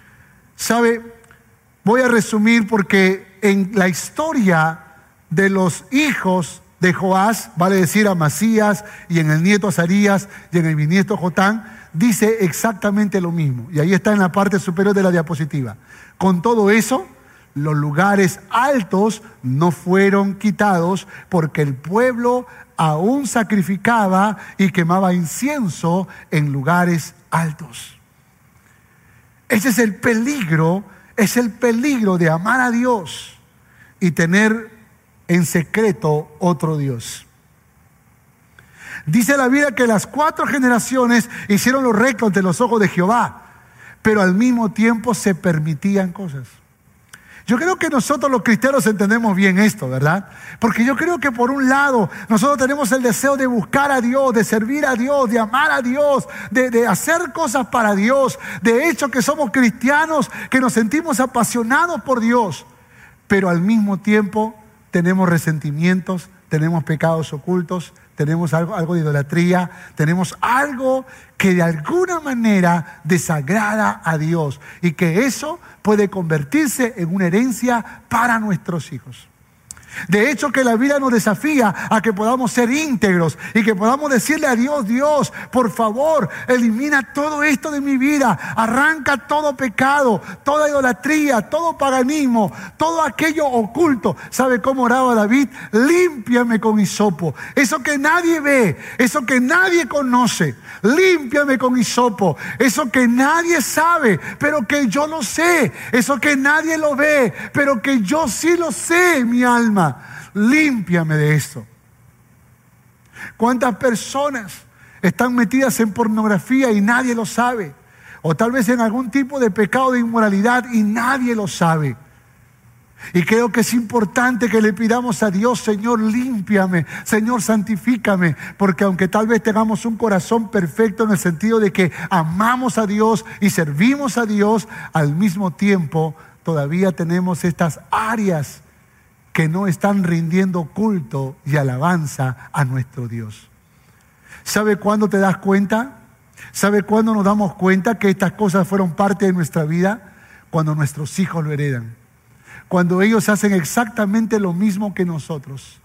¿Sabe? Voy a resumir porque en la historia de los hijos de Joás, vale decir Amasías, y en el nieto Azarías y en el bisnieto Jotán, dice exactamente lo mismo. Y ahí está en la parte superior de la diapositiva. Con todo eso, los lugares altos no fueron quitados porque el pueblo aún sacrificaba y quemaba incienso en lugares altos. Ese es el peligro, es el peligro de amar a Dios y tener en secreto otro Dios. Dice la Biblia que las cuatro generaciones hicieron lo recto ante los ojos de Jehová, pero al mismo tiempo se permitían cosas. Yo creo que nosotros los cristianos entendemos bien esto, ¿verdad? Porque yo creo que por un lado nosotros tenemos el deseo de buscar a Dios, de servir a Dios, de amar a Dios, de, de hacer cosas para Dios. De hecho que somos cristianos, que nos sentimos apasionados por Dios. Pero al mismo tiempo tenemos resentimientos, tenemos pecados ocultos, tenemos algo, algo de idolatría, tenemos algo que de alguna manera desagrada a Dios y que eso puede convertirse en una herencia para nuestros hijos. De hecho que la Biblia nos desafía a que podamos ser íntegros y que podamos decirle a Dios: Dios, por favor, elimina todo esto de mi vida, arranca todo pecado, toda idolatría, todo paganismo, todo aquello oculto. ¿Sabe cómo oraba David? Límpiame con hisopo, eso que nadie ve, eso que nadie conoce, límpiame con hisopo, eso que nadie sabe, pero que yo lo sé, eso que nadie lo ve, pero que yo sí lo sé, mi alma. Límpiame de esto. ¿Cuántas personas están metidas en pornografía y nadie lo sabe? O tal vez en algún tipo de pecado de inmoralidad y nadie lo sabe. Y creo que es importante que le pidamos a Dios: Señor, límpiame, Señor, santifícame, porque aunque tal vez tengamos un corazón perfecto en el sentido de que amamos a Dios y servimos a Dios, al mismo tiempo todavía tenemos estas áreas que no están rindiendo culto y alabanza a nuestro Dios. ¿Sabe cuándo te das cuenta? ¿Sabe cuándo nos damos cuenta que estas cosas fueron parte de nuestra vida? Cuando nuestros hijos lo heredan. Cuando ellos hacen exactamente lo mismo que nosotros.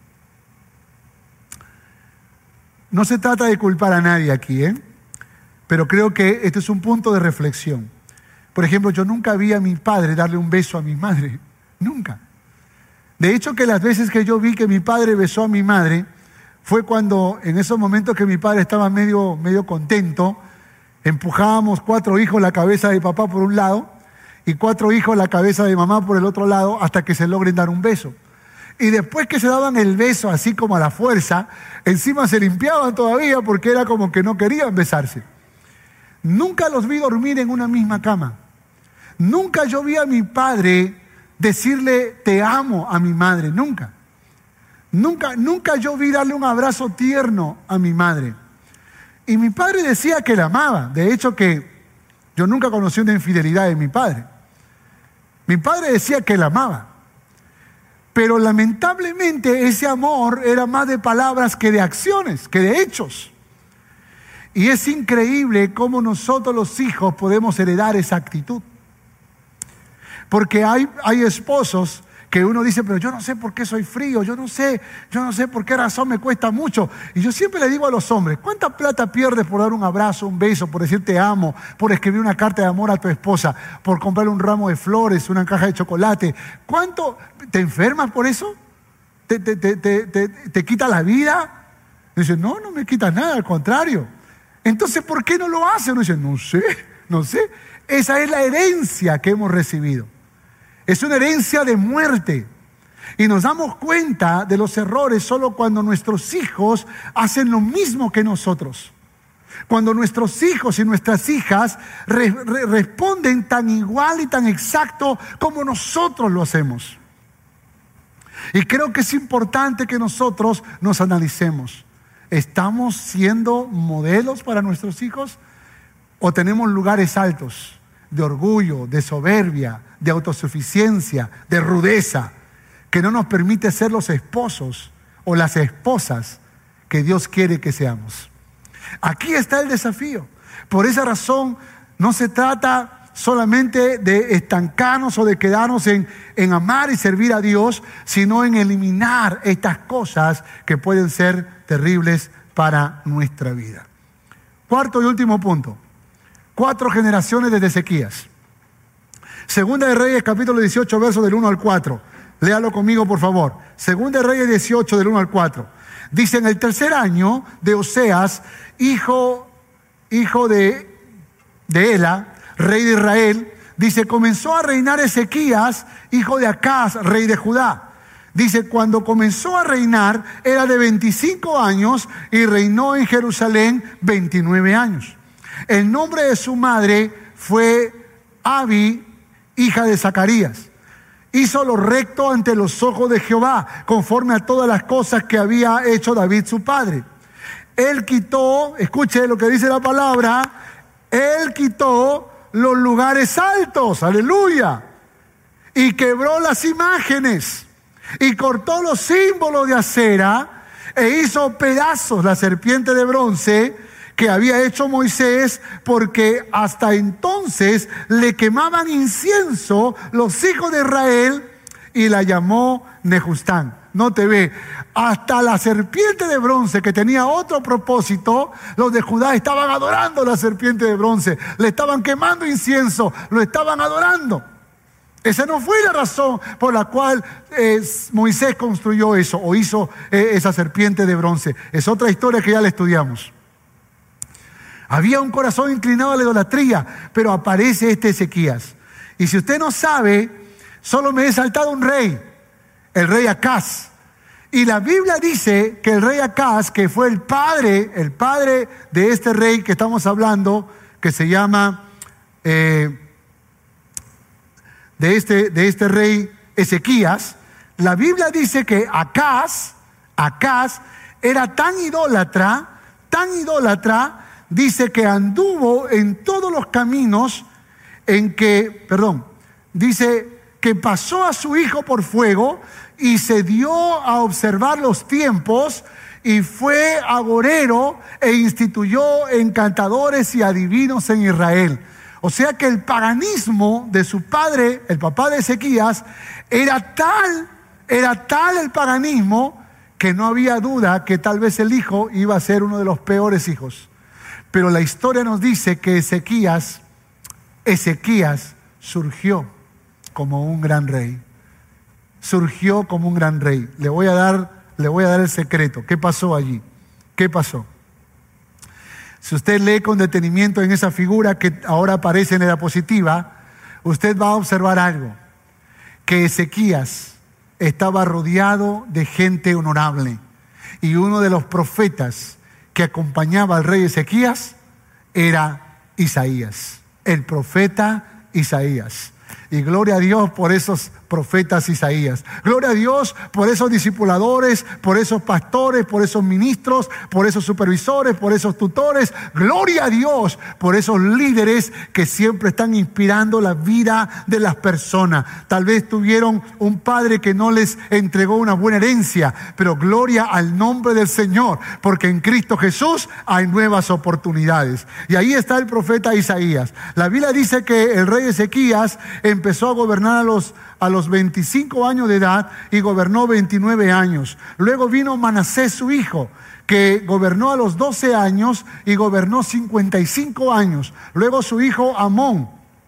No se trata de culpar a nadie aquí, ¿eh? Pero creo que este es un punto de reflexión. Por ejemplo, yo nunca vi a mi padre darle un beso a mi madre. Nunca. De hecho, que las veces que yo vi que mi padre besó a mi madre, fue cuando en esos momentos que mi padre estaba medio, medio contento, empujábamos cuatro hijos la cabeza de papá por un lado y cuatro hijos la cabeza de mamá por el otro lado hasta que se logren dar un beso. Y después que se daban el beso así como a la fuerza, encima se limpiaban todavía porque era como que no querían besarse. Nunca los vi dormir en una misma cama. Nunca yo vi a mi padre decirle te amo a mi madre, nunca. Nunca, nunca yo vi darle un abrazo tierno a mi madre. Y mi padre decía que la amaba. De hecho que yo nunca conocí una infidelidad de mi padre. Mi padre decía que la amaba. Pero lamentablemente ese amor era más de palabras que de acciones, que de hechos. Y es increíble cómo nosotros los hijos podemos heredar esa actitud. Porque hay, hay esposos que uno dice, pero yo no sé por qué soy frío, yo no sé, yo no sé por qué razón me cuesta mucho. Y yo siempre le digo a los hombres, ¿cuánta plata pierdes por dar un abrazo, un beso, por decir te amo, por escribir una carta de amor a tu esposa, por comprarle un ramo de flores, una caja de chocolate? ¿Cuánto? ¿Te enfermas por eso? ¿Te, te, te, te, te, te quita la vida? Y dice, no, no me quita nada, al contrario. Entonces, ¿por qué no lo hace? Uno dice, no sé, no sé. Esa es la herencia que hemos recibido. Es una herencia de muerte. Y nos damos cuenta de los errores solo cuando nuestros hijos hacen lo mismo que nosotros. Cuando nuestros hijos y nuestras hijas re, re, responden tan igual y tan exacto como nosotros lo hacemos. Y creo que es importante que nosotros nos analicemos. ¿Estamos siendo modelos para nuestros hijos? ¿O tenemos lugares altos de orgullo, de soberbia, de autosuficiencia, de rudeza, que no nos permite ser los esposos o las esposas que Dios quiere que seamos? Aquí está el desafío. Por esa razón no se trata solamente de estancarnos o de quedarnos en, en amar y servir a Dios, sino en eliminar estas cosas que pueden ser terribles para nuestra vida. Cuarto y último punto. Cuatro generaciones desde Ezequías. Segunda de Reyes, capítulo dieciocho, versos del uno al cuatro. Léalo conmigo, por favor. Segunda de Reyes dieciocho, del uno al cuatro. Dice, en el tercer año de Oseas, hijo, hijo de, de Ela, rey de Israel, dice, comenzó a reinar Ezequías, hijo de Acaz, rey de Judá. Dice, cuando comenzó a reinar, era de veinticinco años y reinó en Jerusalén veintinueve años. El nombre de su madre fue Abi, hija de Zacarías. Hizo lo recto ante los ojos de Jehová, conforme a todas las cosas que había hecho David su padre. Él quitó, escuche lo que dice la palabra, él quitó los lugares altos, aleluya, y quebró las imágenes, y cortó los símbolos de acera, e hizo pedazos la serpiente de bronce que había hecho Moisés, porque hasta entonces le quemaban incienso los hijos de Israel, y la llamó Nehustán. No te ve, hasta la serpiente de bronce, que tenía otro propósito, los de Judá estaban adorando la serpiente de bronce, le estaban quemando incienso, lo estaban adorando. Esa no fue la razón por la cual eh, Moisés construyó eso o hizo eh, esa serpiente de bronce. Es otra historia que ya la estudiamos. Había un corazón inclinado a la idolatría, pero aparece este Ezequías. Y si usted no sabe, solo me he saltado un rey, el rey Acaz. Y la Biblia dice que el rey Acaz, que fue el padre, el padre de este rey que estamos hablando, que se llama, eh, de, este, de este rey Ezequías, la Biblia dice que Acaz, Acaz era tan idólatra, tan idólatra, dice que anduvo en todos los caminos en que, perdón, dice que pasó a su hijo por fuego y se dio a observar los tiempos y fue agorero e instituyó encantadores y adivinos en Israel. O sea que el paganismo de su padre, el papá de Ezequías, era tal, era tal el paganismo que no había duda que tal vez el hijo iba a ser uno de los peores hijos. Pero la historia nos dice que Ezequías, Ezequías surgió como un gran rey. surgió como un gran rey. Le voy a dar, le voy a dar el secreto. ¿Qué pasó allí? ¿Qué pasó? Si usted lee con detenimiento en esa figura que ahora aparece en la diapositiva, usted va a observar algo, que Ezequías estaba rodeado de gente honorable, y uno de los profetas que acompañaba al rey Ezequías era Isaías, el profeta Isaías. Y gloria a Dios por esos profetas Isaías. Gloria a Dios por esos discipuladores, por esos pastores, por esos ministros, por esos supervisores, por esos tutores. Gloria a Dios por esos líderes que siempre están inspirando la vida de las personas. Tal vez tuvieron un padre que no les entregó una buena herencia, pero gloria al nombre del Señor, porque en Cristo Jesús hay nuevas oportunidades. Y ahí está el profeta Isaías. La Biblia dice que el rey Ezequías empezó a gobernar a los a los veinticinco años de edad y gobernó veintinueve años. Luego vino Manasés, su hijo, que gobernó a los doce años y gobernó cincuenta y cinco años. Luego su hijo Amón,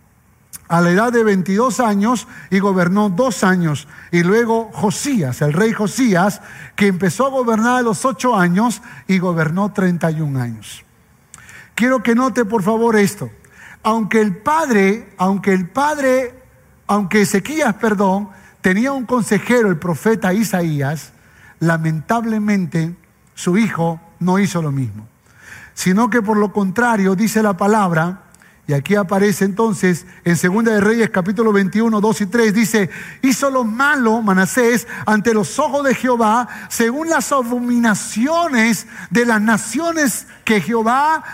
a la edad de veintidós años, y gobernó dos años. Y luego Josías, el rey Josías, que empezó a gobernar a los ocho años y gobernó treinta y un años. Quiero que note por favor esto. Aunque el padre, aunque el padre, aunque Ezequías, perdón, tenía un consejero, el profeta Isaías, lamentablemente su hijo no hizo lo mismo, sino que por lo contrario dice la palabra, y aquí aparece entonces en Segunda de Reyes capítulo veintiuno, dos y tres, dice: hizo lo malo Manasés ante los ojos de Jehová, según las abominaciones de las naciones que Jehová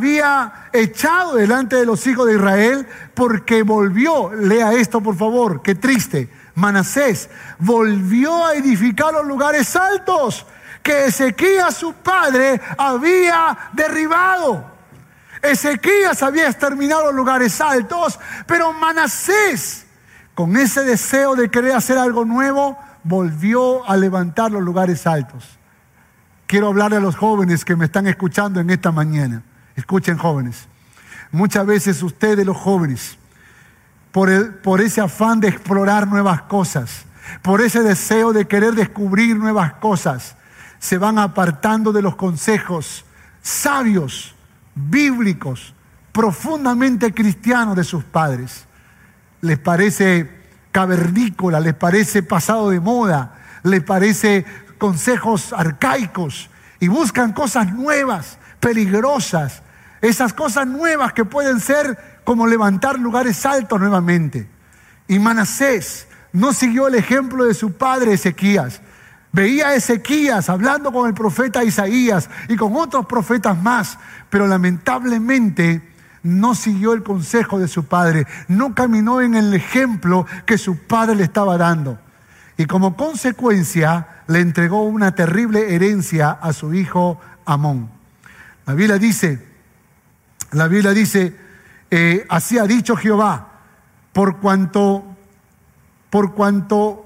había echado delante de los hijos de Israel, porque volvió, lea esto por favor, qué triste, Manasés volvió a edificar los lugares altos que Ezequías su padre había derribado. Ezequías había exterminado los lugares altos, pero Manasés, con ese deseo de querer hacer algo nuevo, volvió a levantar los lugares altos. Quiero hablarle a los jóvenes que me están escuchando en esta mañana. Escuchen, jóvenes. Muchas veces ustedes, los jóvenes, por, el, por ese afán de explorar nuevas cosas, por ese deseo de querer descubrir nuevas cosas, se van apartando de los consejos sabios, bíblicos, profundamente cristianos de sus padres. Les parece cavernícola, les parece pasado de moda, les parece consejos arcaicos, y buscan cosas nuevas, peligrosas, esas cosas nuevas que pueden ser como levantar lugares altos nuevamente. Y Manasés no siguió el ejemplo de su padre Ezequías. Veía a Ezequías hablando con el profeta Isaías y con otros profetas más, pero lamentablemente no siguió el consejo de su padre, no caminó en el ejemplo que su padre le estaba dando. Y como consecuencia le entregó una terrible herencia a su hijo Amón. La Biblia dice, la Biblia dice, eh, así ha dicho Jehová, por cuanto, por cuanto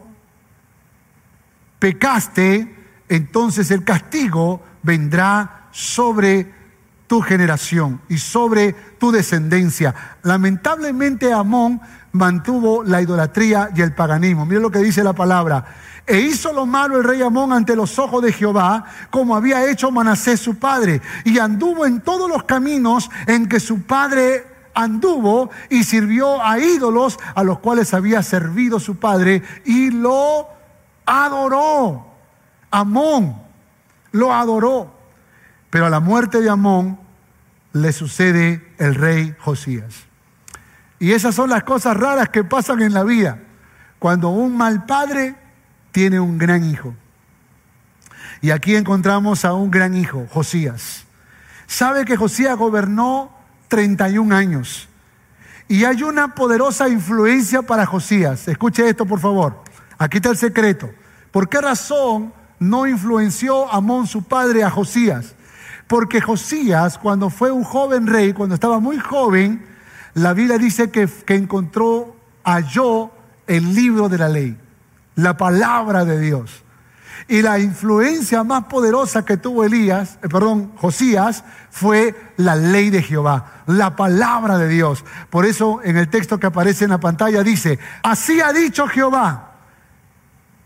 pecaste, entonces el castigo vendrá sobre tu generación y sobre tu descendencia. Lamentablemente Amón mantuvo la idolatría y el paganismo. Miren lo que dice la palabra: e hizo lo malo el rey Amón ante los ojos de Jehová, como había hecho Manasés su padre, y anduvo en todos los caminos en que su padre anduvo, y sirvió a ídolos a los cuales había servido su padre, y lo adoró. Amón lo adoró. Pero a la muerte de Amón le sucede el rey Josías. Y esas son las cosas raras que pasan en la vida, cuando un mal padre tiene un gran hijo. Y aquí encontramos a un gran hijo, Josías. Sabe que Josías gobernó treinta y un años, y hay una poderosa influencia para Josías. Escuche esto, por favor. Aquí está el secreto. ¿Por qué razón no influenció Amón su padre a Josías? Porque Josías, cuando fue un joven rey, cuando estaba muy joven, la Biblia dice que, que encontró, halló el libro de la ley, la palabra de Dios. Y la influencia más poderosa que tuvo Elías, eh, perdón, Josías, fue la ley de Jehová, la palabra de Dios. Por eso en el texto que aparece en la pantalla dice: así ha dicho Jehová,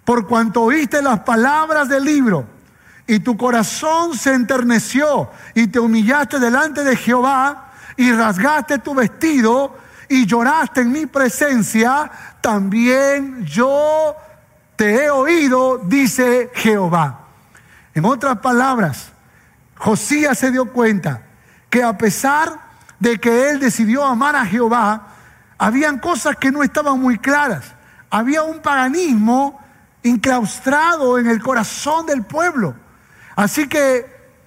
por cuanto oíste las palabras del libro, y tu corazón se enterneció, y te humillaste delante de Jehová, y rasgaste tu vestido, y lloraste en mi presencia, también yo te he oído, dice Jehová. En otras palabras, Josías se dio cuenta que a pesar de que él decidió amar a Jehová, habían cosas que no estaban muy claras. Había un paganismo inclaustrado en el corazón del pueblo. Así que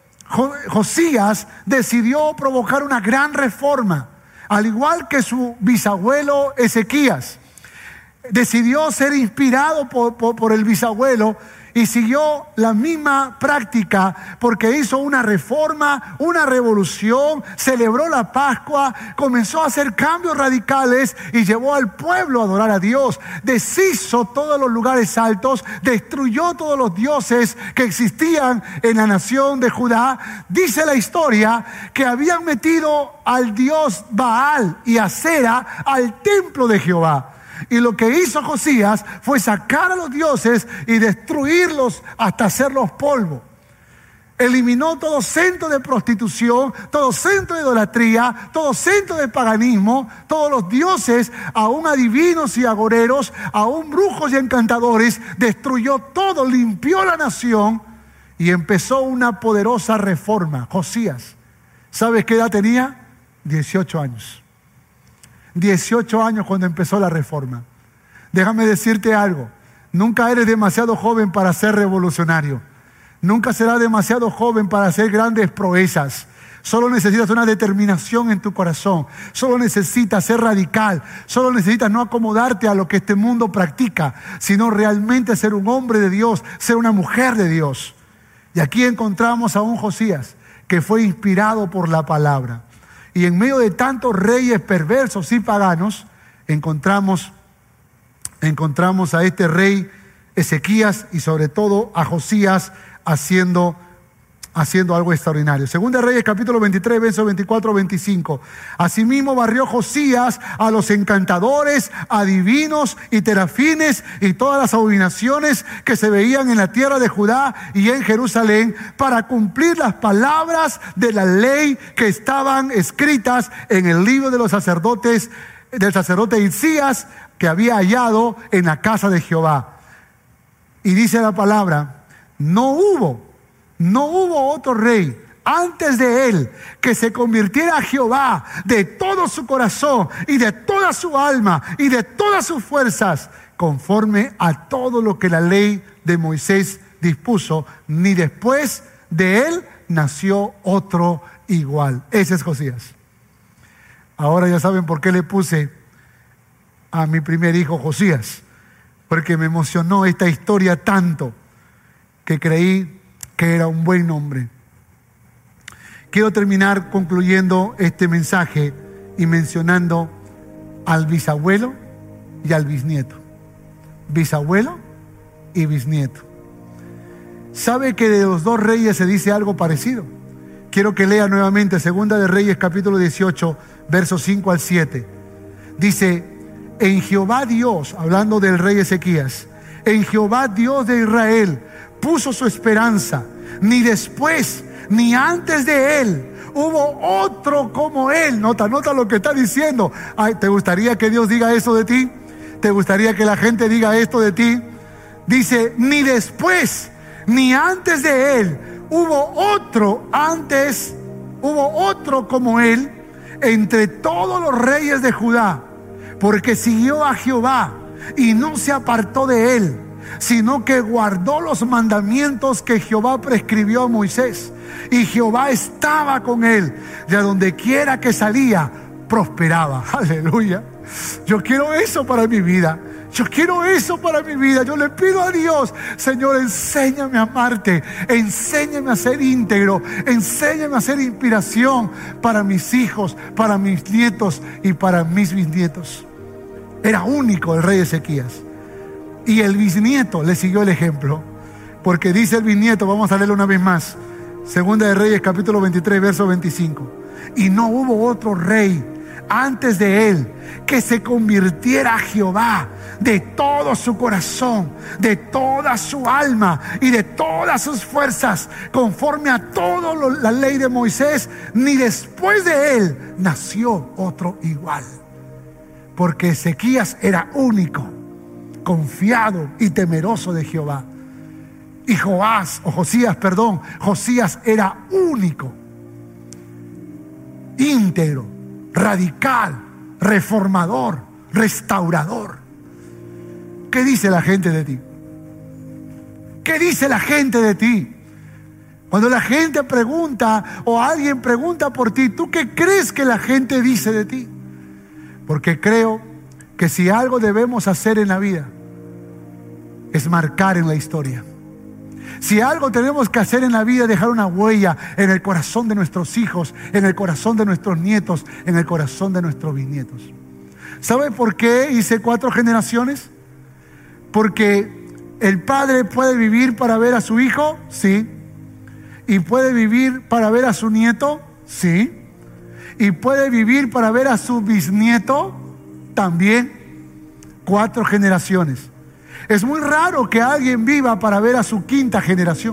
Josías decidió provocar una gran reforma, al igual que su bisabuelo Ezequías. Decidió ser inspirado por, por, por el bisabuelo y siguió la misma práctica, porque hizo una reforma, una revolución, celebró la Pascua, comenzó a hacer cambios radicales y llevó al pueblo a adorar a Dios. Deshizo todos los lugares altos, destruyó todos los dioses que existían en la nación de Judá. Dice la historia que habían metido al dios Baal y Acera al templo de Jehová. Y lo que hizo Josías fue sacar a los dioses y destruirlos hasta hacerlos polvo. Eliminó todo centro de prostitución, todo centro de idolatría, todo centro de paganismo, todos los dioses, aún adivinos y agoreros, aún brujos y encantadores. Destruyó todo, limpió la nación y empezó una poderosa reforma. Josías, ¿sabes qué edad tenía? dieciocho años. dieciocho años cuando empezó la reforma. Déjame decirte algo, nunca eres demasiado joven para ser revolucionario, nunca serás demasiado joven para hacer grandes proezas. Solo necesitas una determinación en tu corazón, solo necesitas ser radical, solo necesitas no acomodarte a lo que este mundo practica, sino realmente ser un hombre de Dios, ser una mujer de Dios. Y aquí encontramos a un Josías que fue inspirado por la palabra. Y en medio de tantos reyes perversos y paganos, encontramos, encontramos a este rey Ezequías y sobre todo a Josías haciendo, haciendo algo extraordinario. Segunda Reyes capítulo veintitrés, versos veinticuatro a veinticinco. Asimismo barrió Josías a los encantadores, adivinos y terafines y todas las abominaciones que se veían en la tierra de Judá y en Jerusalén, para cumplir las palabras de la ley que estaban escritas en el libro de los sacerdotes, del sacerdote Hilcías, que había hallado en la casa de Jehová. Y dice la palabra, no hubo, no hubo otro rey antes de él que se convirtiera a Jehová de todo su corazón y de toda su alma y de todas sus fuerzas, conforme a todo lo que la ley de Moisés dispuso, ni después de él nació otro igual. Ese es Josías. Ahora ya saben por qué le puse a mi primer hijo Josías, porque me emocionó esta historia tanto que creí que era un buen nombre. Quiero terminar concluyendo este mensaje y mencionando al bisabuelo y al bisnieto. Bisabuelo y bisnieto. ¿Sabe que de los dos reyes se dice algo parecido? Quiero que lea nuevamente Segunda de Reyes capítulo dieciocho, versos cinco al siete. Dice, en Jehová Dios, hablando del rey Ezequías, en Jehová Dios de Israel puso su esperanza, ni después ni antes de él hubo otro como él. Nota, nota lo que está diciendo. Ay, ¿te gustaría que Dios diga eso de ti? ¿Te gustaría que la gente diga esto de ti? Dice, ni después ni antes de él hubo otro antes, hubo otro como él entre todos los reyes de Judá, porque siguió a Jehová y no se apartó de él, sino que guardó los mandamientos que Jehová prescribió a Moisés. Y Jehová estaba con él, de donde quiera que salía, prosperaba. Aleluya. Yo quiero eso para mi vida. Yo quiero eso para mi vida. Yo le pido a Dios, Señor, enséñame a amarte, enséñame a ser íntegro, enséñame a ser inspiración para mis hijos, para mis nietos y para mis bisnietos. Era único el rey Ezequías. Y el bisnieto le siguió el ejemplo, porque dice el bisnieto, vamos a leerlo una vez más, Segunda de Reyes capítulo veintitrés, verso veinticinco. Y no hubo otro rey antes de él, que se convirtiera a Jehová de todo su corazón, de toda su alma y de todas sus fuerzas, conforme a toda la ley de Moisés, ni después de él nació otro igual. Porque Ezequías era único, confiado y temeroso de Jehová. Y Joás, o Josías, perdón, Josías era único, íntegro, radical, reformador, restaurador. ¿Qué dice la gente de ti? ¿Qué dice la gente de ti? Cuando la gente pregunta o alguien pregunta por ti, ¿tú qué crees que la gente dice de ti? Porque creo que si algo debemos hacer en la vida es marcar en la historia. Si algo tenemos que hacer en la vida es dejar una huella en el corazón de nuestros hijos, en el corazón de nuestros nietos, en el corazón de nuestros bisnietos. ¿Sabe por qué hice cuatro generaciones? Porque el padre puede vivir para ver a su hijo, sí. Y puede vivir para ver a su nieto, sí. Y puede vivir para ver a su bisnieto, también. Cuatro generaciones. Es muy raro que alguien viva para ver a su quinta generación,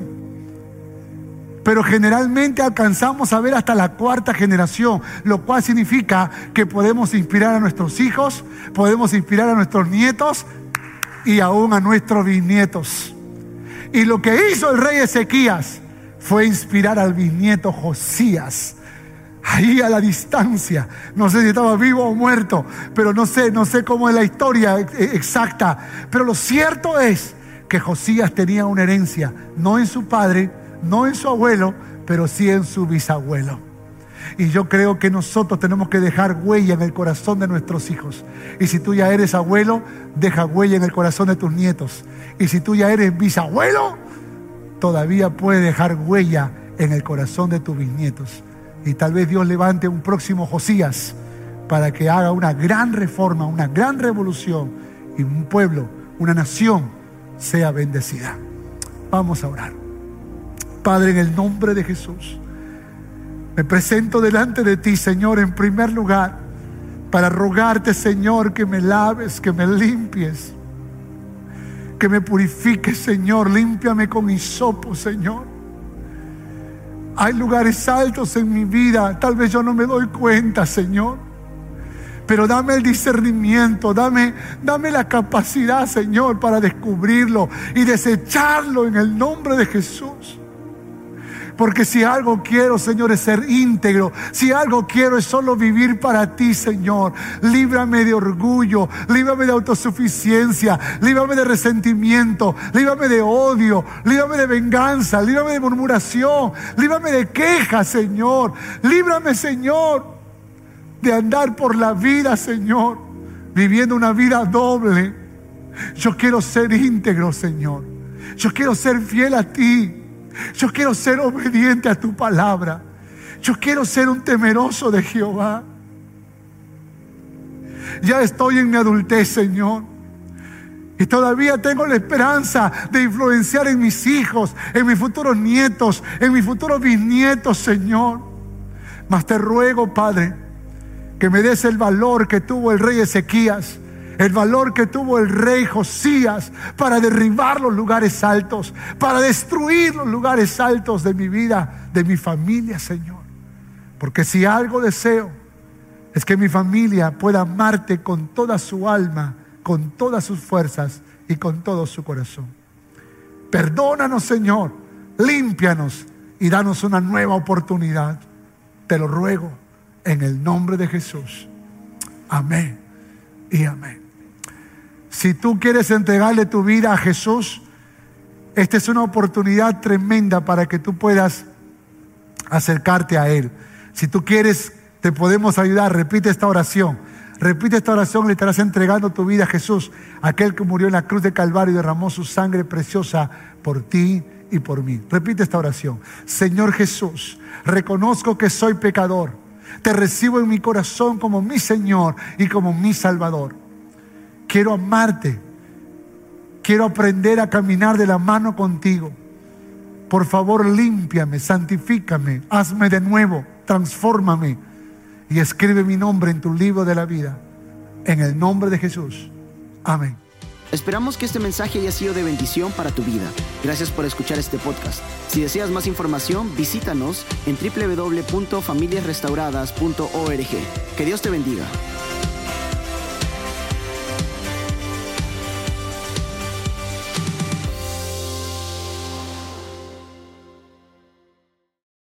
pero generalmente alcanzamos a ver hasta la cuarta generación, lo cual significa que podemos inspirar a nuestros hijos, podemos inspirar a nuestros nietos y aún a nuestros bisnietos. Y lo que hizo el rey Ezequías fue inspirar al bisnieto Josías, ahí a la distancia. No sé si estaba vivo o muerto, pero no sé, no sé cómo es la historia exacta. Pero lo cierto es que Josías tenía una herencia, no en su padre, no en su abuelo, pero sí en su bisabuelo. Y yo creo que nosotros tenemos que dejar huella en el corazón de nuestros hijos. Y si tú ya eres abuelo, deja huella en el corazón de tus nietos. Y si tú ya eres bisabuelo, todavía puedes dejar huella en el corazón de tus bisnietos. Y tal vez Dios levante un próximo Josías para que haga una gran reforma, una gran revolución, y un pueblo, una nación sea bendecida. Vamos a orar. Padre, en el nombre de Jesús, me presento delante de ti, Señor, en primer lugar, para rogarte, Señor, que me laves, que me limpies, que me purifiques, Señor. Límpiame con hisopo, Señor. Hay lugares altos en mi vida, tal vez yo no me doy cuenta, Señor, pero dame el discernimiento, dame, dame la capacidad, Señor, para descubrirlo y desecharlo en el nombre de Jesús. Porque si algo quiero, Señor, es ser íntegro. Si algo quiero es solo vivir para ti, Señor. Líbrame de orgullo, líbrame de autosuficiencia, líbrame de resentimiento, líbrame de odio, líbrame de venganza, líbrame de murmuración, líbrame de quejas, Señor. Líbrame, Señor, de andar por la vida, Señor, viviendo una vida doble. Yo quiero ser íntegro, Señor. Yo quiero ser fiel a ti. Yo quiero ser obediente a tu palabra. Yo quiero ser un temeroso de Jehová. Ya estoy en mi adultez, Señor, y todavía tengo la esperanza de influenciar en mis hijos, en mis futuros nietos, en mis futuros bisnietos, Señor. Mas te ruego, Padre, que me des el valor que tuvo el rey Ezequías, el valor que tuvo el rey Josías para derribar los lugares altos, para destruir los lugares altos de mi vida, de mi familia, Señor. Porque si algo deseo es que mi familia pueda amarte con toda su alma, con todas sus fuerzas y con todo su corazón. Perdónanos, Señor, límpianos y danos una nueva oportunidad. Te lo ruego en el nombre de Jesús. Amén y amén. Si tú quieres entregarle tu vida a Jesús, esta es una oportunidad tremenda para que tú puedas acercarte a Él. Si tú quieres, te podemos ayudar. Repite esta oración. Repite esta oración y le estarás entregando tu vida a Jesús, aquel que murió en la cruz de Calvario y derramó su sangre preciosa por ti y por mí. Repite esta oración. Señor Jesús, reconozco que soy pecador. Te recibo en mi corazón como mi Señor y como mi Salvador. Quiero amarte. Quiero aprender a caminar de la mano contigo. Por favor, límpiame, santifícame, hazme de nuevo, transfórmame y escribe mi nombre en tu libro de la vida. En el nombre de Jesús. Amén. Esperamos que este mensaje haya sido de bendición para tu vida. Gracias por escuchar este podcast. Si deseas más información, visítanos en doble u doble u doble u punto familias restauradas punto org. Que Dios te bendiga.